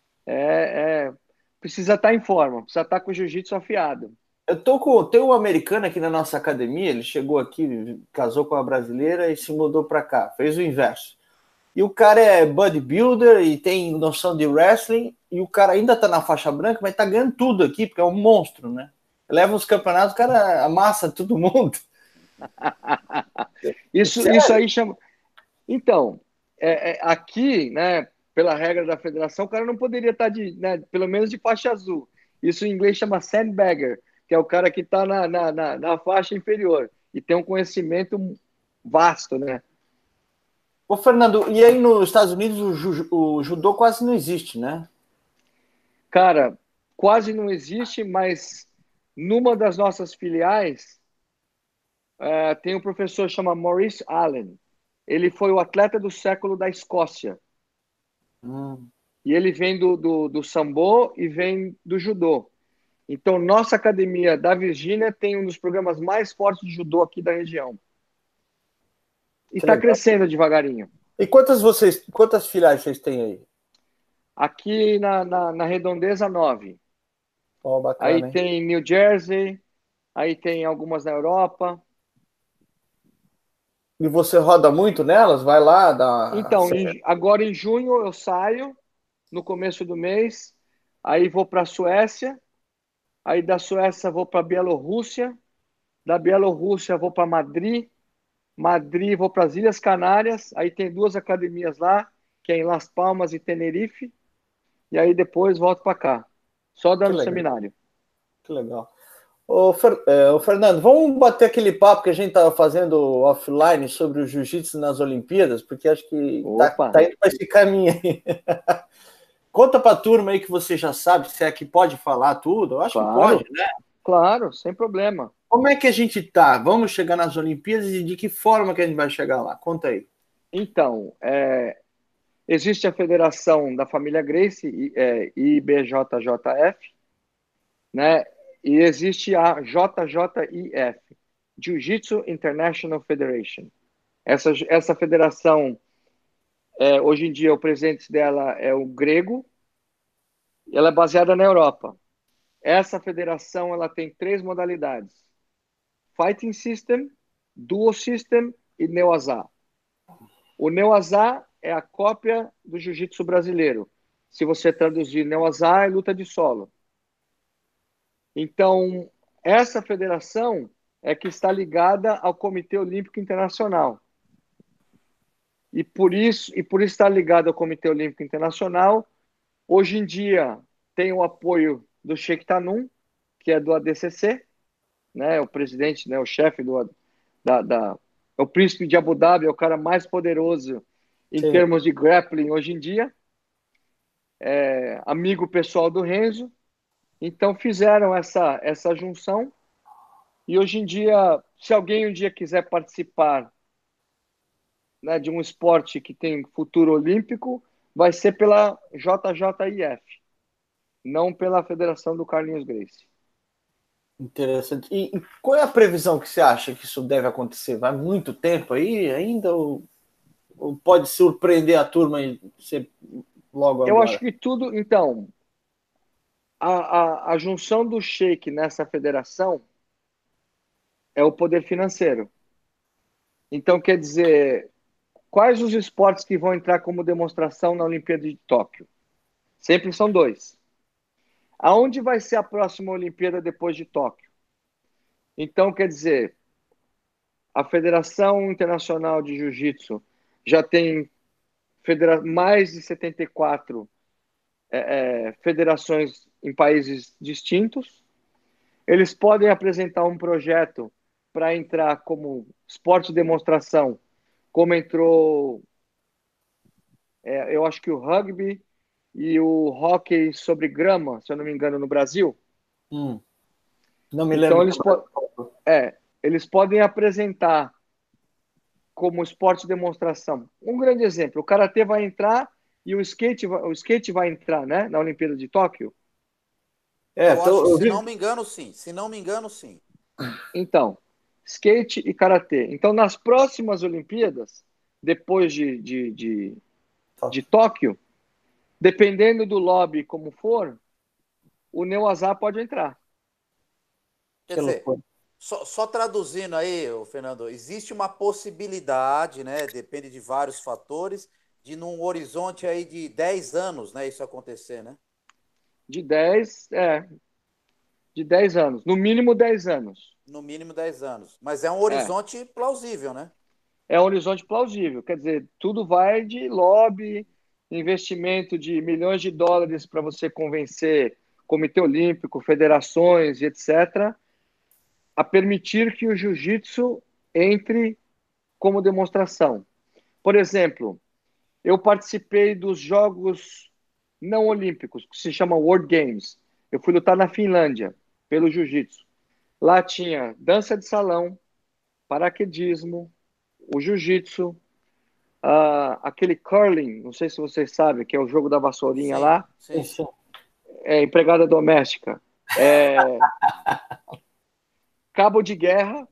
Precisa estar em forma, precisa estar com o jiu-jitsu afiado. Tem um americano aqui na nossa academia, ele chegou aqui, casou com uma brasileira e se mudou para cá, fez o inverso. E o cara é bodybuilder e tem noção de wrestling, e o cara ainda tá na faixa branca, mas tá ganhando tudo aqui, porque é um monstro, né? Leva os campeonatos, o cara amassa todo mundo. Isso aí chama. Então, aqui, né, pela regra da federação, o cara não poderia estar pelo menos de faixa azul. Isso em inglês chama sandbagger, que é o cara que está na faixa inferior e tem um conhecimento vasto, né? Ô, Fernando, e aí nos Estados Unidos o judô quase não existe, né? Cara, quase não existe, mas numa das nossas filiais tem um professor chamado Maurice Allen. Ele foi o atleta do século da Escócia. E ele vem do sambo e vem do judô. Então, nossa academia da Virgínia tem um dos programas mais fortes de judô aqui da região. E Que está legal. crescendo devagarinho. E quantas filiais vocês têm aí? Aqui na Redondeza, 9. Ó, Aí bacana, hein? tem New Jersey, aí tem algumas na Europa. E você roda muito nelas? Vai lá, dá. Então, agora em junho eu saio, no começo do mês, aí vou para a Suécia, aí da Suécia vou para a Bielorrússia, da Bielorrússia vou para Madrid vou para as Ilhas Canárias, aí tem 2 academias lá, que é em Las Palmas e Tenerife, e aí depois volto para cá, só Que dando legal, seminário. que legal. Ô, Fernando, vamos bater aquele papo que a gente estava fazendo offline sobre o jiu-jitsu nas Olimpíadas, porque acho que Opa, tá indo para esse caminho aí. Conta para a turma aí que você já sabe, se é que pode falar tudo. Eu acho que pode, claro, né? claro, sem problema. Como é que a gente tá? Vamos chegar nas Olimpíadas e de que forma que a gente vai chegar lá? Conta aí. Então, existe a Federação da Família Gracie, IBJJF, né? E existe a JJIF, Jiu-Jitsu International Federation. Essa federação, hoje em dia, o presidente dela é o grego, e ela é baseada na Europa. Essa federação ela tem 3 modalidades: Fighting System, Dual System e Neoazá. O Neoazá é a cópia do jiu-jitsu brasileiro. Se você traduzir Neoazá, é luta de solo. Então, essa federação é que está ligada ao Comitê Olímpico Internacional. E por isso estar ligado ao Comitê Olímpico Internacional, hoje em dia tem o apoio do Sheikh Tanum, que é do ADCC, né, o presidente, né, o chefe é o príncipe de Abu Dhabi, é o cara mais poderoso em Sim. termos de grappling hoje em dia, amigo pessoal do Renzo. Então fizeram essa junção e hoje em dia, se alguém um dia quiser participar, né, de um esporte que tem futuro olímpico, vai ser pela JJIF, não pela Federação do Carlinhos Gracie. Interessante. E qual é a previsão que você acha que isso deve acontecer? Vai muito tempo aí ainda? Ou pode surpreender a turma e ser logo agora? Eu acho que tudo... Então, a junção do Sheik nessa federação é o poder financeiro. Então, quer dizer, quais os esportes que vão entrar como demonstração na Olimpíada de Tóquio? Sempre são 2. Aonde vai ser a próxima Olimpíada depois de Tóquio? Então, quer dizer, a Federação Internacional de Jiu-Jitsu já tem mais de 74 federações em países distintos. Eles podem apresentar um projeto para entrar como esporte de demonstração, como entrou, eu acho que o rugby e o hóquei sobre grama, se eu não me engano, no Brasil. Não me Então, lembro. eles podem apresentar como esporte de demonstração. Um grande exemplo, o karatê vai entrar e o skate vai entrar, né, na Olimpíada de Tóquio. Eu acho que, se não me engano, sim. Se não me engano, sim. Então, skate e karatê. Então, nas próximas Olimpíadas, depois de Tóquio, dependendo do lobby como for, o Neuazá pode entrar. Quer dizer, só traduzindo aí, Fernando, existe uma possibilidade, né? Depende de vários fatores, de num horizonte aí de 10 anos, né? Isso acontecer, né? De 10 anos. No mínimo 10 anos. No mínimo 10 anos. Mas é um horizonte plausível, né? É um horizonte plausível. Quer dizer, tudo vai de lobby, investimento de milhões de dólares para você convencer Comitê Olímpico, federações e etc., a permitir que o jiu-jitsu entre como demonstração. Por exemplo, eu participei dos Jogos Não Olímpicos, que se chamam World Games. Eu fui lutar na Finlândia, pelo jiu-jitsu. Lá tinha dança de salão, paraquedismo, o jiu-jitsu, aquele curling, não sei se vocês sabem, que é o jogo da vassourinha lá, Sim. empregada doméstica, cabo de guerra.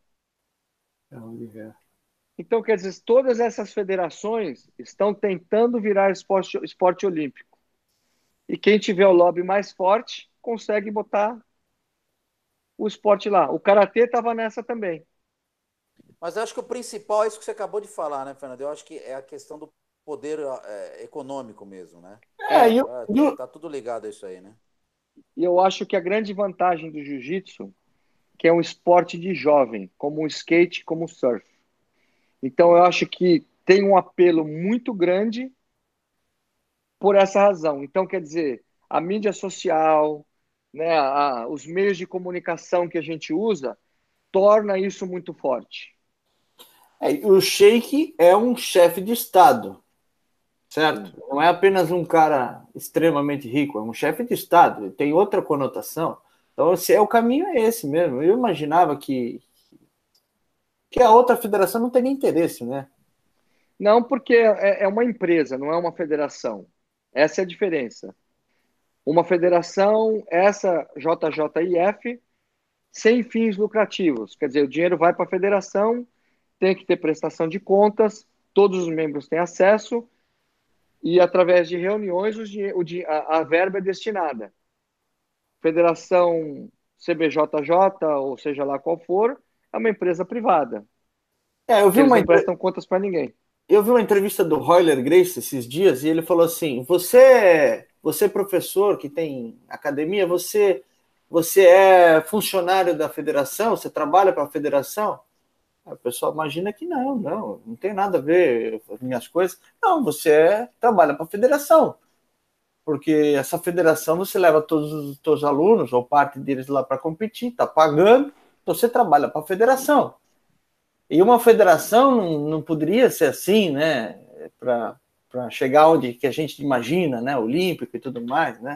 Então, quer dizer, todas essas federações estão tentando virar esporte olímpico. E quem tiver o lobby mais forte consegue botar o esporte lá. O karatê estava nessa também. Mas eu acho que o principal é isso que você acabou de falar, né, Fernando? Eu acho que é a questão do poder econômico mesmo, né? Tá tudo ligado a isso aí, né? E eu acho que a grande vantagem do jiu-jitsu, que é um esporte de jovem, como o skate, como o surf. Então eu acho que tem um apelo muito grande por essa razão. Então, quer dizer, a mídia social, né, os meios de comunicação que a gente usa, torna isso muito forte. O Sheik é um chefe de Estado, certo? Não é apenas um cara extremamente rico, é um chefe de Estado, tem outra conotação. Então, se o caminho é esse mesmo. Eu imaginava que a outra federação não teria interesse, né? Não, porque é uma empresa, não é uma federação. Essa é a diferença. Uma federação, essa JJIF, sem fins lucrativos. Quer dizer, o dinheiro vai para a federação, tem que ter prestação de contas, todos os membros têm acesso, e através de reuniões a verba é destinada. Federação CBJJ, ou seja lá qual for, é uma empresa privada. Eles não prestam contas para ninguém. Eu vi uma entrevista do Royler Gracie esses dias e ele falou assim: você professor que tem academia, você você é funcionário da federação? Você trabalha para a federação? O pessoal imagina que não tem nada a ver com as minhas coisas. Não, você trabalha para a federação, porque essa federação você leva todos os seus alunos, ou parte deles lá para competir, está pagando, então você trabalha para a federação. E uma federação não poderia ser assim, né? Para chegar onde que a gente imagina, né? Olímpico e tudo mais, né?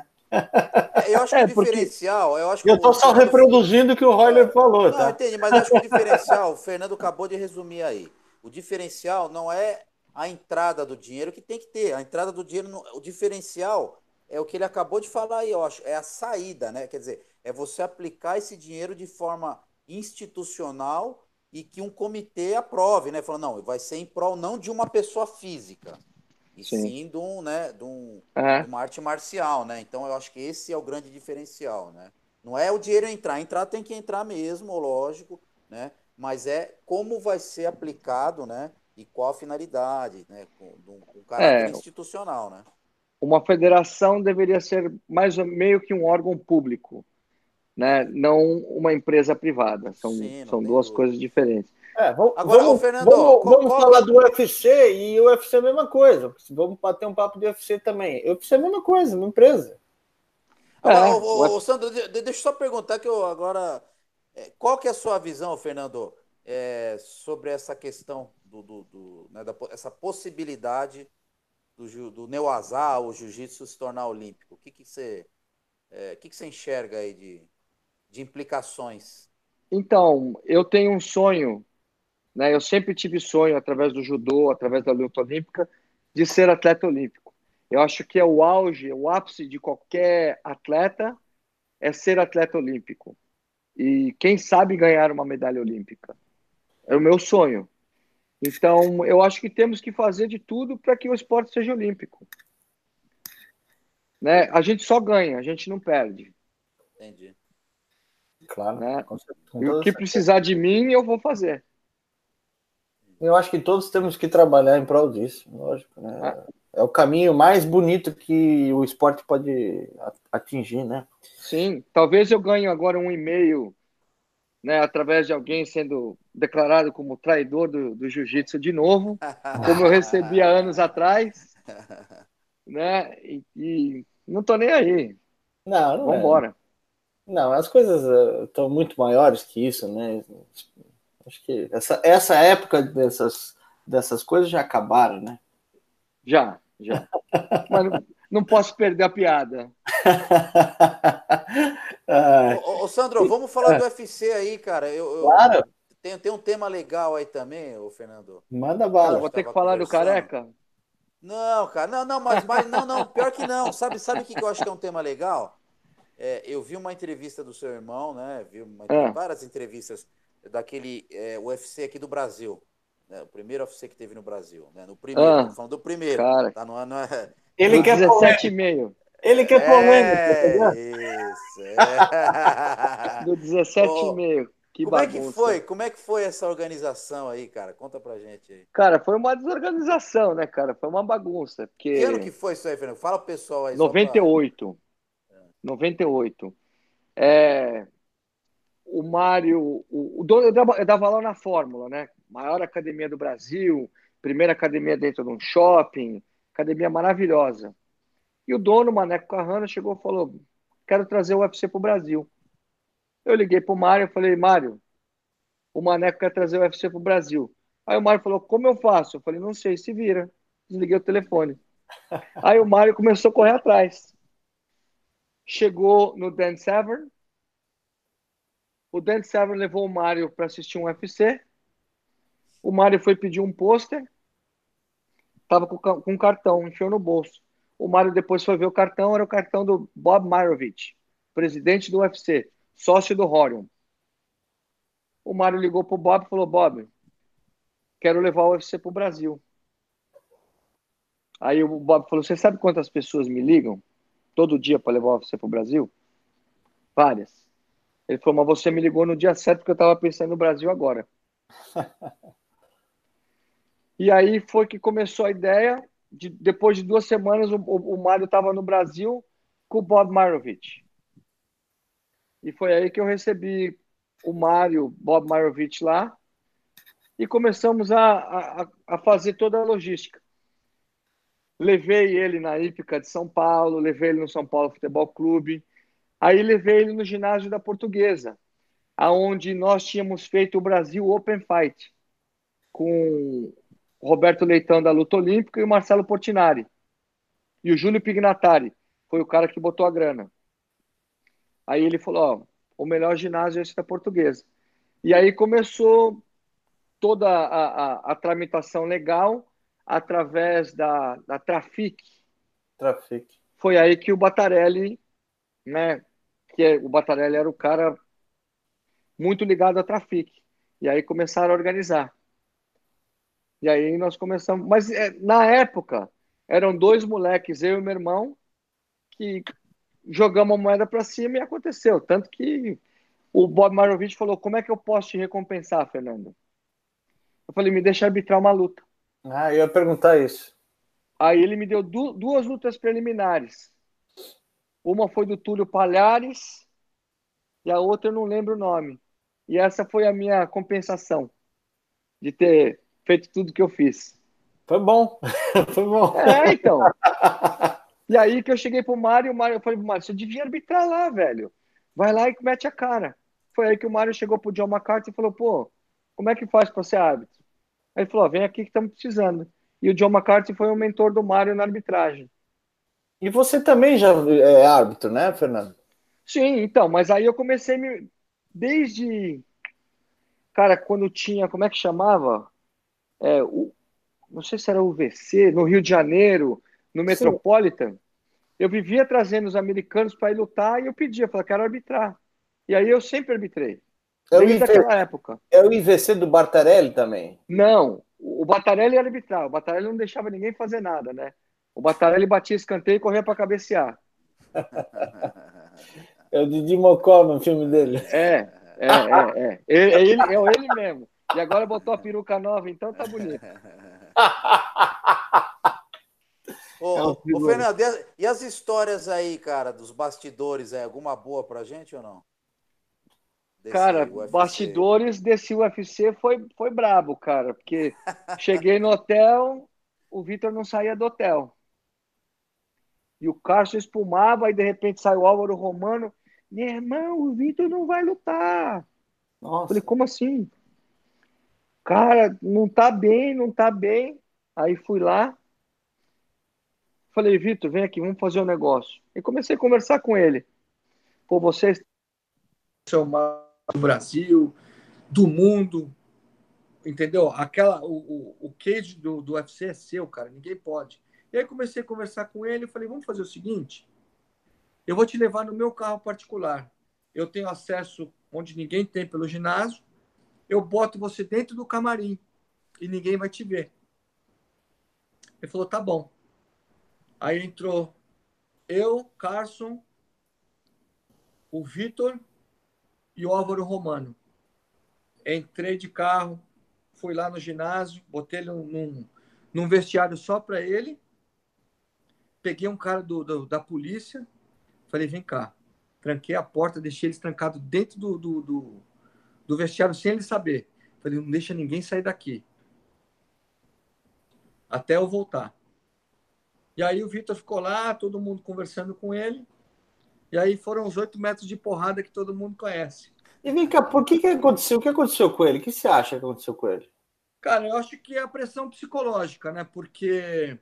Eu acho que o diferencial, eu acho que eu estou o só Fernando... reproduzindo o que o Royler falou, Não, tá? entendi, mas eu acho que o diferencial, o Fernando acabou de resumir aí. O diferencial não é a entrada do dinheiro que tem que ter. A entrada do dinheiro, o diferencial é o que ele acabou de falar aí, eu acho. É a saída, né? Quer dizer, é você aplicar esse dinheiro de forma institucional e que um comitê aprove, né? Falando, não, vai ser em prol não de uma pessoa física, e sim de, né, de uma arte marcial, né? Então eu acho que esse é o grande diferencial, né? Não é o dinheiro entrar tem que entrar mesmo, lógico, né? Mas é como vai ser aplicado, né? E qual a finalidade, né? Com caráter institucional, né? Uma federação deveria ser meio que um órgão público, né? Não uma empresa privada. Sim, não São tem duas dúvida. coisas diferentes. Agora, ô Fernando, vamos falar do UFC, e o UFC é a mesma coisa. Vamos bater um papo do UFC também. O UFC é a mesma coisa, uma empresa. Agora, Sandro, deixa eu só perguntar que eu agora... Qual que é a sua visão, Fernando, sobre essa questão né, essa possibilidade do Neuazá, o jiu-jitsu, se tornar olímpico? O que você enxerga aí de implicações? Então, eu tenho um sonho, né? Eu sempre tive sonho, através do judô, através da luta olímpica, de ser atleta olímpico. Eu acho que é o auge, o ápice de qualquer atleta é ser atleta olímpico. E quem sabe ganhar uma medalha olímpica. É o meu sonho. Então, eu acho que temos que fazer de tudo para que o esporte seja olímpico. Né? A gente só ganha, a gente não perde. Entendi. Claro, Né? com E o toda que certeza. precisar de mim, eu vou fazer. Eu acho que todos temos que trabalhar em prol disso, lógico, né? É o caminho mais bonito que o esporte pode atingir, né? Sim, talvez eu ganhe agora um e-mail, né, através de alguém sendo declarado como traidor do jiu-jitsu de novo, como eu recebi há anos atrás, né? E não tô nem aí. Não Vamos é. embora. Não, as coisas estão muito maiores que isso, né? Acho que essa época dessas coisas já acabaram, né? Já. Mas não posso perder a piada. Ô, Sandro, vamos falar do UFC aí, cara. Claro, Tem um tema legal aí também, ô Fernando. manda Que a Eu bala. gente vou ter que estava falar do conversando. careca? Não, cara, não, mas não, pior que não. Sabe o que eu acho que é um tema legal? Eu vi uma entrevista do seu irmão, né? Ah, Várias entrevistas daquele UFC aqui do Brasil, né? O primeiro UFC que teve no Brasil, né? No primeiro, estamos falando do primeiro, cara, tá? Não é, Ele do quer polêmica. 17,5. Ele quer polêmica, entendeu? isso. Do Ô, 17,5. Que bagunça. Como é que foi essa organização aí, cara? Conta pra gente aí. Cara, foi uma desorganização, né, cara? Foi uma bagunça, Que ano que porque foi isso aí, Fernando? Fala pro pessoal aí, só pra... 98. 98. É, o Mário, o dono, eu dava lá na Fórmula, né? Maior academia do Brasil, primeira academia dentro de um shopping, academia maravilhosa. E o dono, Maneco Carrano, chegou e falou: quero trazer o UFC para o Brasil. Eu liguei para o Mário e falei: Mário, o Maneco quer trazer o UFC para o Brasil. Aí o Mário falou: como eu faço? Eu falei: não sei, se vira. Desliguei o telefone. Aí o Mário começou a correr atrás. Chegou no Dan Severn. O Dan Severn levou o Mário para assistir um UFC. O Mário foi pedir um pôster. Tava com um cartão, enfiou no bolso. O Mário depois foi ver o cartão, era o cartão do Bob Marovich, presidente do UFC, sócio do Horion. O Mário ligou pro Bob e falou: Bob, quero levar o UFC pro Brasil. Aí o Bob falou: você sabe quantas pessoas me ligam todo dia para levar o UFC pro Brasil? Várias. Ele falou: mas você me ligou no dia certo porque eu estava pensando no Brasil agora. E aí foi que começou a ideia. Depois de 2 semanas, o Mário estava no Brasil com o Bob Marovich. E foi aí que eu recebi o Mário, Bob Marovich lá, e começamos a fazer toda a logística. Levei ele na Hípica de São Paulo, levei ele no São Paulo Futebol Clube, aí levei ele no ginásio da Portuguesa, aonde nós tínhamos feito o Brasil Open Fight, com o Roberto Leitão da luta olímpica e o Marcelo Portinari. E o Júlio Pignatari foi o cara que botou a grana. Aí ele falou, ó, o melhor ginásio é esse da Portuguesa. E aí começou toda a tramitação legal através da Trafic. Trafic. Foi aí que o Batarelli, né, o Batarelli era o cara muito ligado à Trafic. E aí começaram a organizar. E aí nós começamos. Mas na época, eram dois moleques, eu e meu irmão, que jogamos a moeda para cima e aconteceu. Tanto que o Bob Marovich falou: como é que eu posso te recompensar, Fernando? Eu falei: me deixa arbitrar uma luta. Ah, eu ia perguntar isso. Aí ele me deu duas lutas preliminares. Uma foi do Túlio Palhares e a outra eu não lembro o nome. E essa foi a minha compensação de ter feito tudo que eu fiz. Foi bom. Foi bom. Então. E aí que eu cheguei pro Mário, eu falei pro Mário, você devia arbitrar lá, velho. Vai lá e mete a cara. Foi aí que o Mário chegou pro John McCarthy e falou, pô, como é que faz pra ser árbitro? Aí ele falou, vem aqui que estamos precisando. E o John McCarthy foi o mentor do Mário na arbitragem. E você também já é árbitro, né, Fernando? Sim, então, mas aí eu comecei desde, cara, quando tinha, como é que chamava? Não sei se era o UVC, no Rio de Janeiro, no Sim. Metropolitan. Eu vivia trazendo os americanos para ir lutar e eu pedia, falava, quero arbitrar. E aí eu sempre arbitrei, desde aquela época. É o IVC do Bartarelli também? Não, o Batarelli ia arbitrar, o Batarelli não deixava ninguém fazer nada, né? O Batarelli batia escanteio e corria para cabecear. É o Didi Mocó no filme dele. É. É ele mesmo. E agora botou a peruca nova, então tá bonito. Ô, Fernando, e as histórias aí, cara, dos bastidores, alguma boa pra gente ou não? Cara, UFC. bastidores desse UFC foi brabo, cara, porque cheguei no hotel, o Vitor não saía do hotel. E o Carson espumava, e de repente saiu o Álvaro Romano. Meu irmão, o Vitor não vai lutar. Nossa. Falei, como assim? Cara, não tá bem, não tá bem. Aí fui lá. Falei, Vitor, vem aqui, vamos fazer um negócio. E comecei a conversar com ele. Pô, vocês são do Brasil, do mundo, entendeu? O cage do UFC é seu, cara, ninguém pode. E aí comecei a conversar com ele, falei, vamos fazer o seguinte, eu vou te levar no meu carro particular. Eu tenho acesso onde ninguém tem pelo ginásio, eu boto você dentro do camarim e ninguém vai te ver. Ele falou, tá bom. Aí entrou eu, Carson, o Vitor e o Álvaro Romano. Entrei de carro, fui lá no ginásio, botei ele num vestiário só para ele, peguei um cara da polícia, falei, vem cá. Tranquei a porta, deixei eles trancados dentro do vestiário sem ele saber. Falei, não deixa ninguém sair daqui. Até eu voltar. E aí o Vitor ficou lá, todo mundo conversando com ele. E aí foram os 8 metros de porrada que todo mundo conhece. E vem cá, por que aconteceu? O que aconteceu com ele? O que você acha que aconteceu com ele? Cara, eu acho que é a pressão psicológica, né? Porque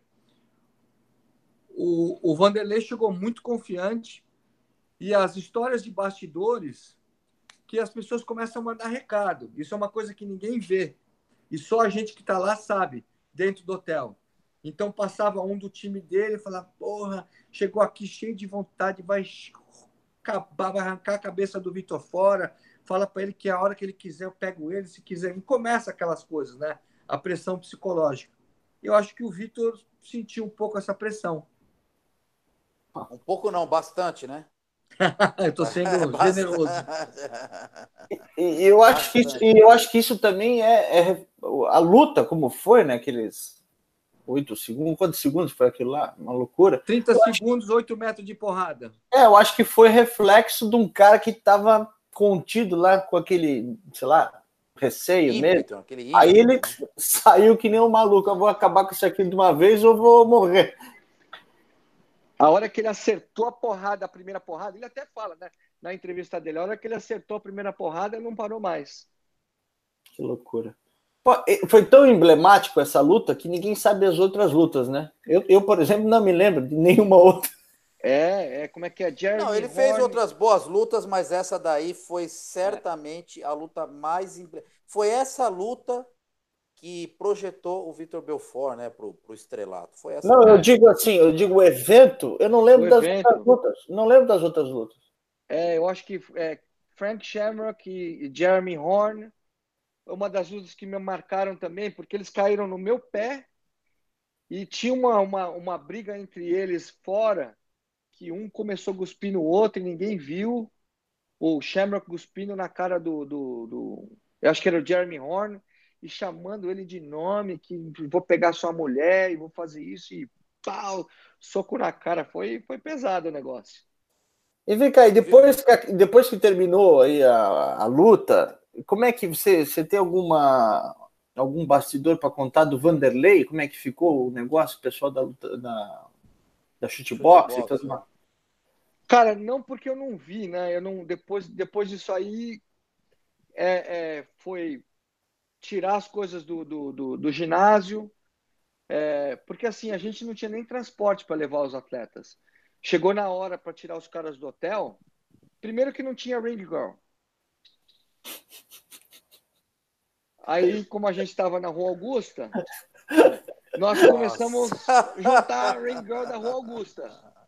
o Vanderlei chegou muito confiante e as histórias de bastidores que as pessoas começam a mandar recado. Isso é uma coisa que ninguém vê. E só a gente que está lá sabe, dentro do hotel. Então passava um do time dele e falava, porra, chegou aqui cheio de vontade, vai arrancar a cabeça do Vitor fora, fala para ele que a hora que ele quiser eu pego ele, se quiser. E começa aquelas coisas, né? A pressão psicológica. Eu acho que o Vitor sentiu um pouco essa pressão. Um pouco não, bastante, né? Eu estou sendo generoso. E eu acho que isso também é a luta, como foi, né? 8 segundos. Quantos segundos foi aquilo lá? Uma loucura. 30 segundos, 8 metros de porrada. Eu acho que foi reflexo de um cara que estava contido lá com aquele, sei lá, receio Ímpeto, mesmo. ímpeto, Aí ele né? saiu que nem um maluco. Eu vou acabar com isso aqui de uma vez ou vou morrer. A hora que ele acertou a porrada, a primeira porrada, ele até fala, né, na entrevista dele, a hora que ele acertou a primeira porrada, ele não parou mais. Que loucura. Pô, foi tão emblemático essa luta que ninguém sabe as outras lutas, né? Eu, por exemplo, não me lembro de nenhuma outra. Como é que é? Jeremy Não, ele fez Horn. outras boas lutas, mas essa daí foi certamente a luta mais... Foi essa luta que projetou o Vitor Belfort, né, pro estrelato. Foi essa Não, luta. eu digo assim, eu digo o evento, eu não lembro O das evento. outras lutas. Não lembro das outras lutas. Eu acho que Frank Shamrock e Jeremy Horn, uma das lutas que me marcaram também, porque eles caíram no meu pé e tinha uma briga entre eles fora, que um começou a cuspir no outro e ninguém viu. O Shamrock cuspindo na cara eu acho que era o Jeremy Horn, e chamando ele de nome, que vou pegar sua mulher e vou fazer isso, e pau, soco na cara. Foi pesado o negócio. E vem cá, e depois que terminou aí a luta, como é que você tem algum bastidor para contar do Vanderlei? Como é que ficou o negócio, o pessoal da luta da chutebox? Chutebox, né? Cara, não, porque eu não vi, né? Eu não, depois disso aí foi tirar as coisas do ginásio, porque assim, a gente não tinha nem transporte para levar os atletas. Chegou na hora para tirar os caras do hotel, primeiro que não tinha ring girl. Aí, como a gente estava na Rua Augusta, nós começamos a juntar a ring girl da Rua Augusta.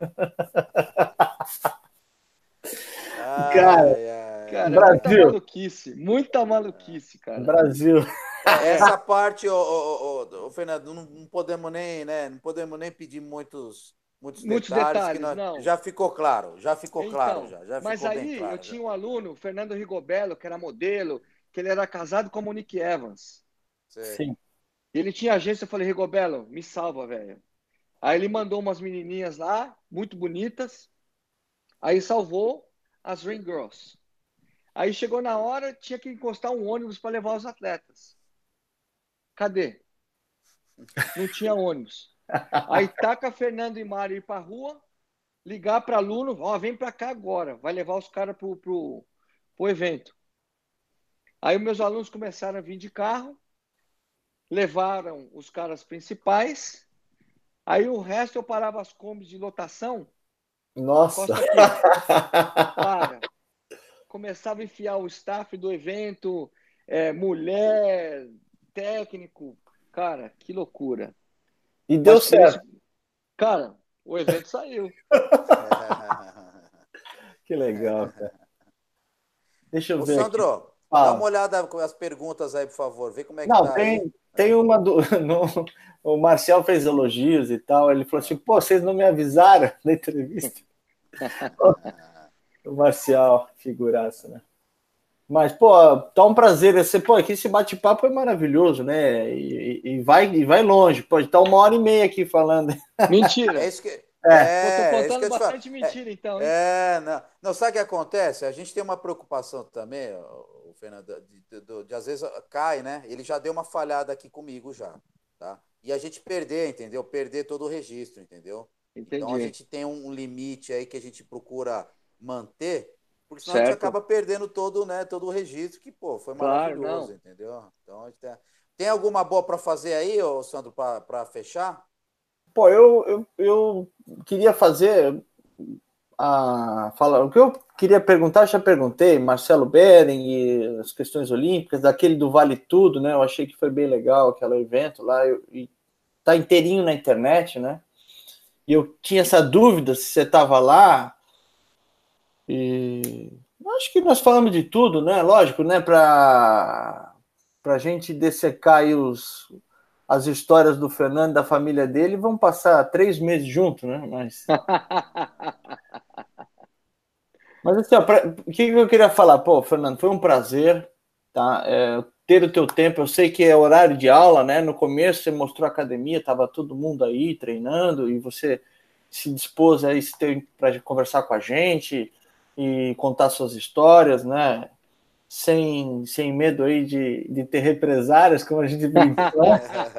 Cara, Brasil. muita maluquice, cara. Brasil. Essa parte, Fernando, não podemos nem, né? Não podemos nem pedir muitos detalhes, que não. Já ficou claro, já ficou claro, já mas ficou aí bem claro. Eu tinha um aluno, Fernando Rigobello, que era modelo, que ele era casado com a Monique Evans. Sim. E ele tinha agência, eu falei, Rigobello, me salva, velho. Aí ele mandou umas menininhas lá, muito bonitas. Aí salvou as Ring Girls. Aí chegou na hora, tinha que encostar um ônibus para levar os atletas. Cadê? Não tinha ônibus. Aí taca Fernando e Mário ir para a rua, ligar para aluno, vem para cá agora, vai levar os caras pro evento. Aí meus alunos começaram a vir de carro, levaram os caras principais, aí o resto eu parava as combis de lotação. Nossa! Para. Começava a enfiar o staff do evento, mulher, técnico. Cara, que loucura. E deu certo. Cara, o evento saiu. Que legal, cara. Deixa eu ver. Sandro, aqui. Dá uma olhada com as perguntas aí, por favor. Vê como é que Não, tá tem uma do... O Marcial fez elogios e tal. Ele falou assim, pô, vocês não me avisaram na entrevista. O Marcial, figuraça, né? Mas, pô, tá um prazer. Aqui esse bate-papo é maravilhoso, né? E vai longe. Pode estar 1h30 aqui falando. Mentira. É isso que... tô contando bastante mentira, então, hein? Não, sabe o que acontece? A gente tem uma preocupação também, o Fernando, de às vezes cai, né? Ele já deu uma falhada aqui comigo já, tá? E a gente entendeu? Perder todo o registro, entendeu? Entendi. Então a gente tem um limite aí que a gente procura manter, porque senão a gente acaba perdendo todo o registro, que, pô, foi maravilhoso, entendeu? Então a gente tem alguma boa para fazer aí, ô Sandro, para fechar? Pô, eu queria fazer o que eu queria perguntar, já perguntei, Marcelo Beren e as questões olímpicas, daquele do Vale Tudo, né? Eu achei que foi bem legal aquele evento lá, e tá inteirinho na internet, né? E eu tinha essa dúvida se você estava lá, e acho que nós falamos de tudo, né? Lógico, né? Para a gente dessecar aí as histórias do Fernando e da família dele, vão passar 3 meses juntos, né? Mas assim, ó, o que eu queria falar? Pô, Fernando, foi um prazer, tá? Ter o teu tempo, eu sei que é horário de aula, né? No começo você mostrou a academia, estava todo mundo aí treinando e você se dispôs aí para conversar com a gente e contar suas histórias, né? Sem medo aí de ter represárias, como a gente brincou.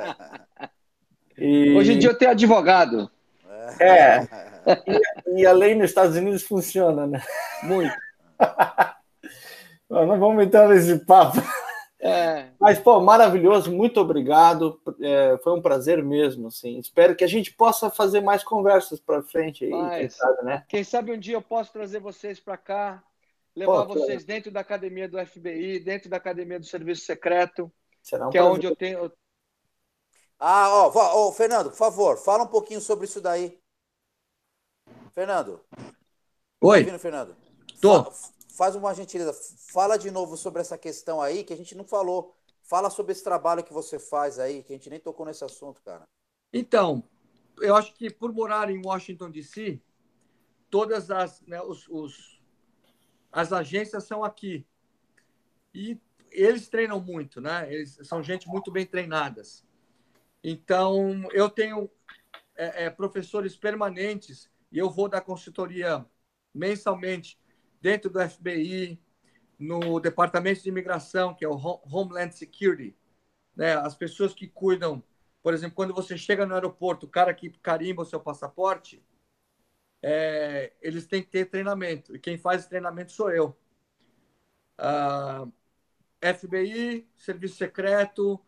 Hoje em E, dia eu tenho advogado. é, e a lei nos Estados Unidos funciona, né? Muito. Não vamos entrar nesse papo. É. Mas, pô, maravilhoso, muito obrigado. Foi um prazer mesmo, assim. Espero que a gente possa fazer mais conversas para frente aí, quem Mas, sabe, né? quem sabe um dia eu posso trazer vocês para cá, levar Pô, vocês dentro da academia do FBI, dentro da academia do Serviço Secreto, será um que é prazer. onde eu tenho. Fernando, por favor, fala um pouquinho sobre isso daí. Fernando, tá Oi, ouvindo, Fernando? tô. Faz uma gentileza, fala de novo sobre essa questão aí que a gente não falou. Fala sobre esse trabalho que você faz aí, que a gente nem tocou nesse assunto, cara. Então, eu acho que por morar em Washington, D.C., todas as, né, as agências são aqui. E eles treinam muito, né? Eles são gente muito bem treinadas. Então, eu tenho professores permanentes e eu vou dar consultoria mensalmente dentro do FBI, no Departamento de Imigração, que é o Homeland Security, né? As pessoas que cuidam, por exemplo, quando você chega no aeroporto, o cara que carimba o seu passaporte, eles têm que ter treinamento, e quem faz esse treinamento sou eu. FBI, Serviço Secreto,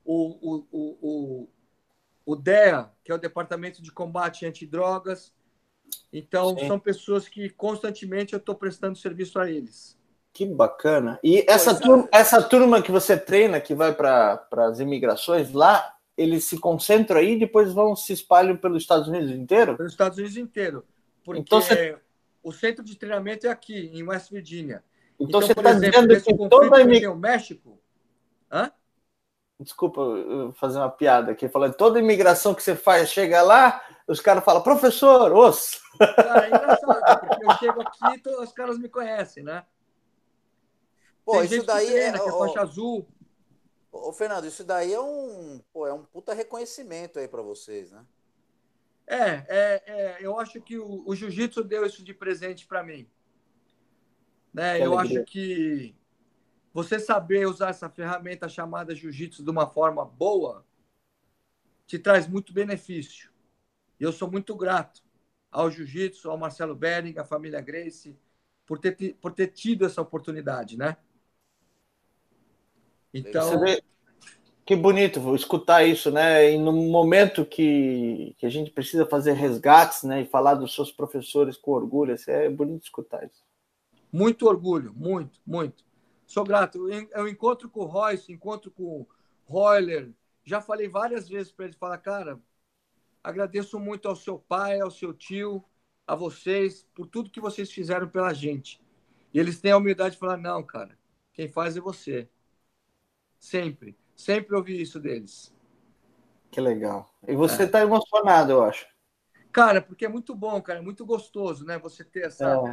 o DEA, que é o Departamento de Combate Antidrogas. Então, Sim. são pessoas que constantemente eu estou prestando serviço a eles. Que bacana. E essa turma que você treina, que vai para as imigrações lá, eles se concentram aí e depois vão se espalham pelos Estados Unidos inteiro? Pelos Estados Unidos inteiro. Então Porque o centro de treinamento é aqui, em West Virginia. Então Então, você por está exemplo, dizendo nesse que conflito que tem o México... Hã? Desculpa eu fazer uma piada aqui, falando toda imigração que você faz, chega lá, os caras falam, professor, os. Cara, é engraçado, porque eu chego aqui e os caras me conhecem, né? Pô, Tem isso gente que daí treina, que é faixa azul. Fernando, isso daí é um puta reconhecimento aí pra vocês, né? Eu acho que o jiu-jitsu deu isso de presente para mim. Né? Que Eu acho alegria. que você saber usar essa ferramenta chamada jiu-jitsu de uma forma boa te traz muito benefício. E eu sou muito grato ao jiu-jitsu, ao Marcelo Bering, à família Gracie, por ter tido essa oportunidade, né? Você Então, vê que bonito vou escutar isso, né? E no momento que a gente precisa fazer resgates, né? E falar dos seus professores com orgulho, é bonito escutar isso. muito orgulho, muito, muito. Sou grato. Eu encontro com o Royce, encontro com o Royler. Já falei várias vezes para ele, falar, cara, agradeço muito ao seu pai, ao seu tio, a vocês, por tudo que vocês fizeram pela gente. E eles têm a humildade de falar, não, cara, quem faz é você. Sempre. Sempre ouvi isso deles. Que legal. E você está emocionado, eu acho. Cara, porque é muito bom, cara, é muito gostoso, né? Você ter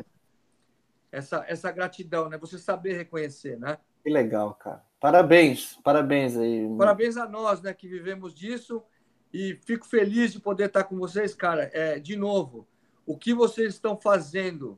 essa gratidão, né? Você saber reconhecer, né? Que legal, cara. Parabéns, parabéns aí. Parabéns a nós, né, que vivemos disso e fico feliz de poder estar com vocês, cara. De novo, o que vocês estão fazendo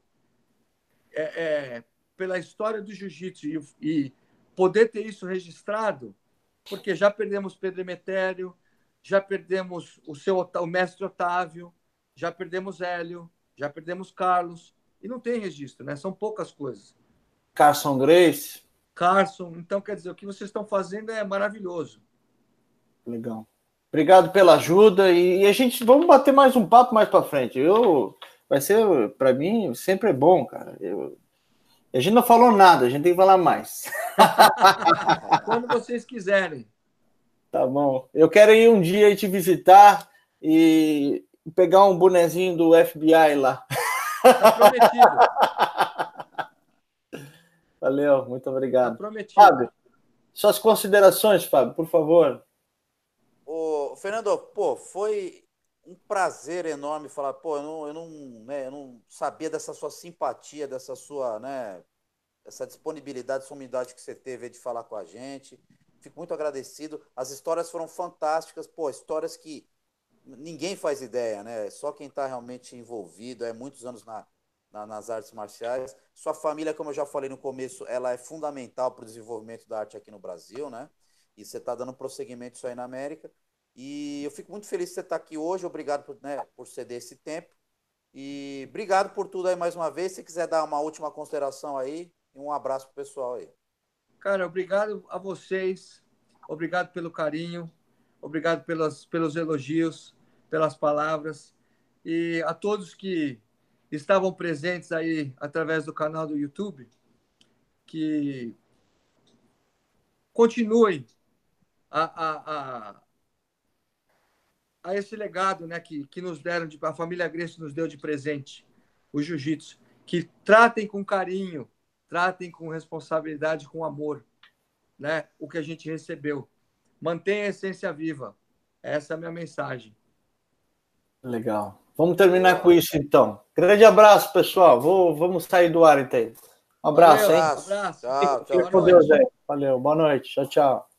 pela história do jiu-jitsu e poder ter isso registrado, porque já perdemos Pedro Emetério, já perdemos o mestre Otávio, já perdemos Hélio, já perdemos Carlos, e não tem registro, né? São poucas coisas. Carson Grace. Carson, então quer dizer, o que vocês estão fazendo é maravilhoso. Legal. Obrigado pela ajuda e a gente vamos bater mais um papo mais para frente. Vai ser para mim sempre é bom, cara. A gente não falou nada, a gente tem que falar mais. Quando vocês quiserem. Tá bom. Eu quero ir um dia e te visitar e pegar um bonezinho do FBI lá. Tá prometido. Valeu, muito obrigado. Tá prometido. Fábio, suas considerações, Fábio, por favor. Ô, Fernando, pô, foi um prazer enorme falar, pô, eu não sabia dessa sua simpatia, dessa sua, né, essa disponibilidade, essa humildade que você teve de falar com a gente. Fico muito agradecido. As histórias foram fantásticas, pô, histórias que ninguém faz ideia, né? Só quem está realmente envolvido, muitos anos nas artes marciais. Sua família, como eu já falei no começo, ela é fundamental para o desenvolvimento da arte aqui no Brasil, né? E você está dando prosseguimento isso aí na América. E eu fico muito feliz de você estar aqui hoje. Obrigado por ceder esse tempo. E obrigado por tudo aí mais uma vez. Se quiser dar uma última consideração aí, e um abraço pro pessoal aí. Cara, obrigado a vocês. Obrigado pelo carinho. Obrigado pelos elogios, pelas palavras. E a todos que estavam presentes aí através do canal do YouTube, que continuem a esse legado, né, que nos deram, a família Gracie nos deu de presente, o jiu-jitsu, que tratem com carinho, tratem com responsabilidade, com amor, né, o que a gente recebeu. Mantenha a essência viva. Essa é a minha mensagem. Legal. Vamos terminar com isso, então. Grande abraço, pessoal. Vamos sair do ar, então. Um abraço, Valeu, hein? Um abraço. Tchau, tchau. Fique com Deus aí. Valeu, boa noite. Tchau, tchau.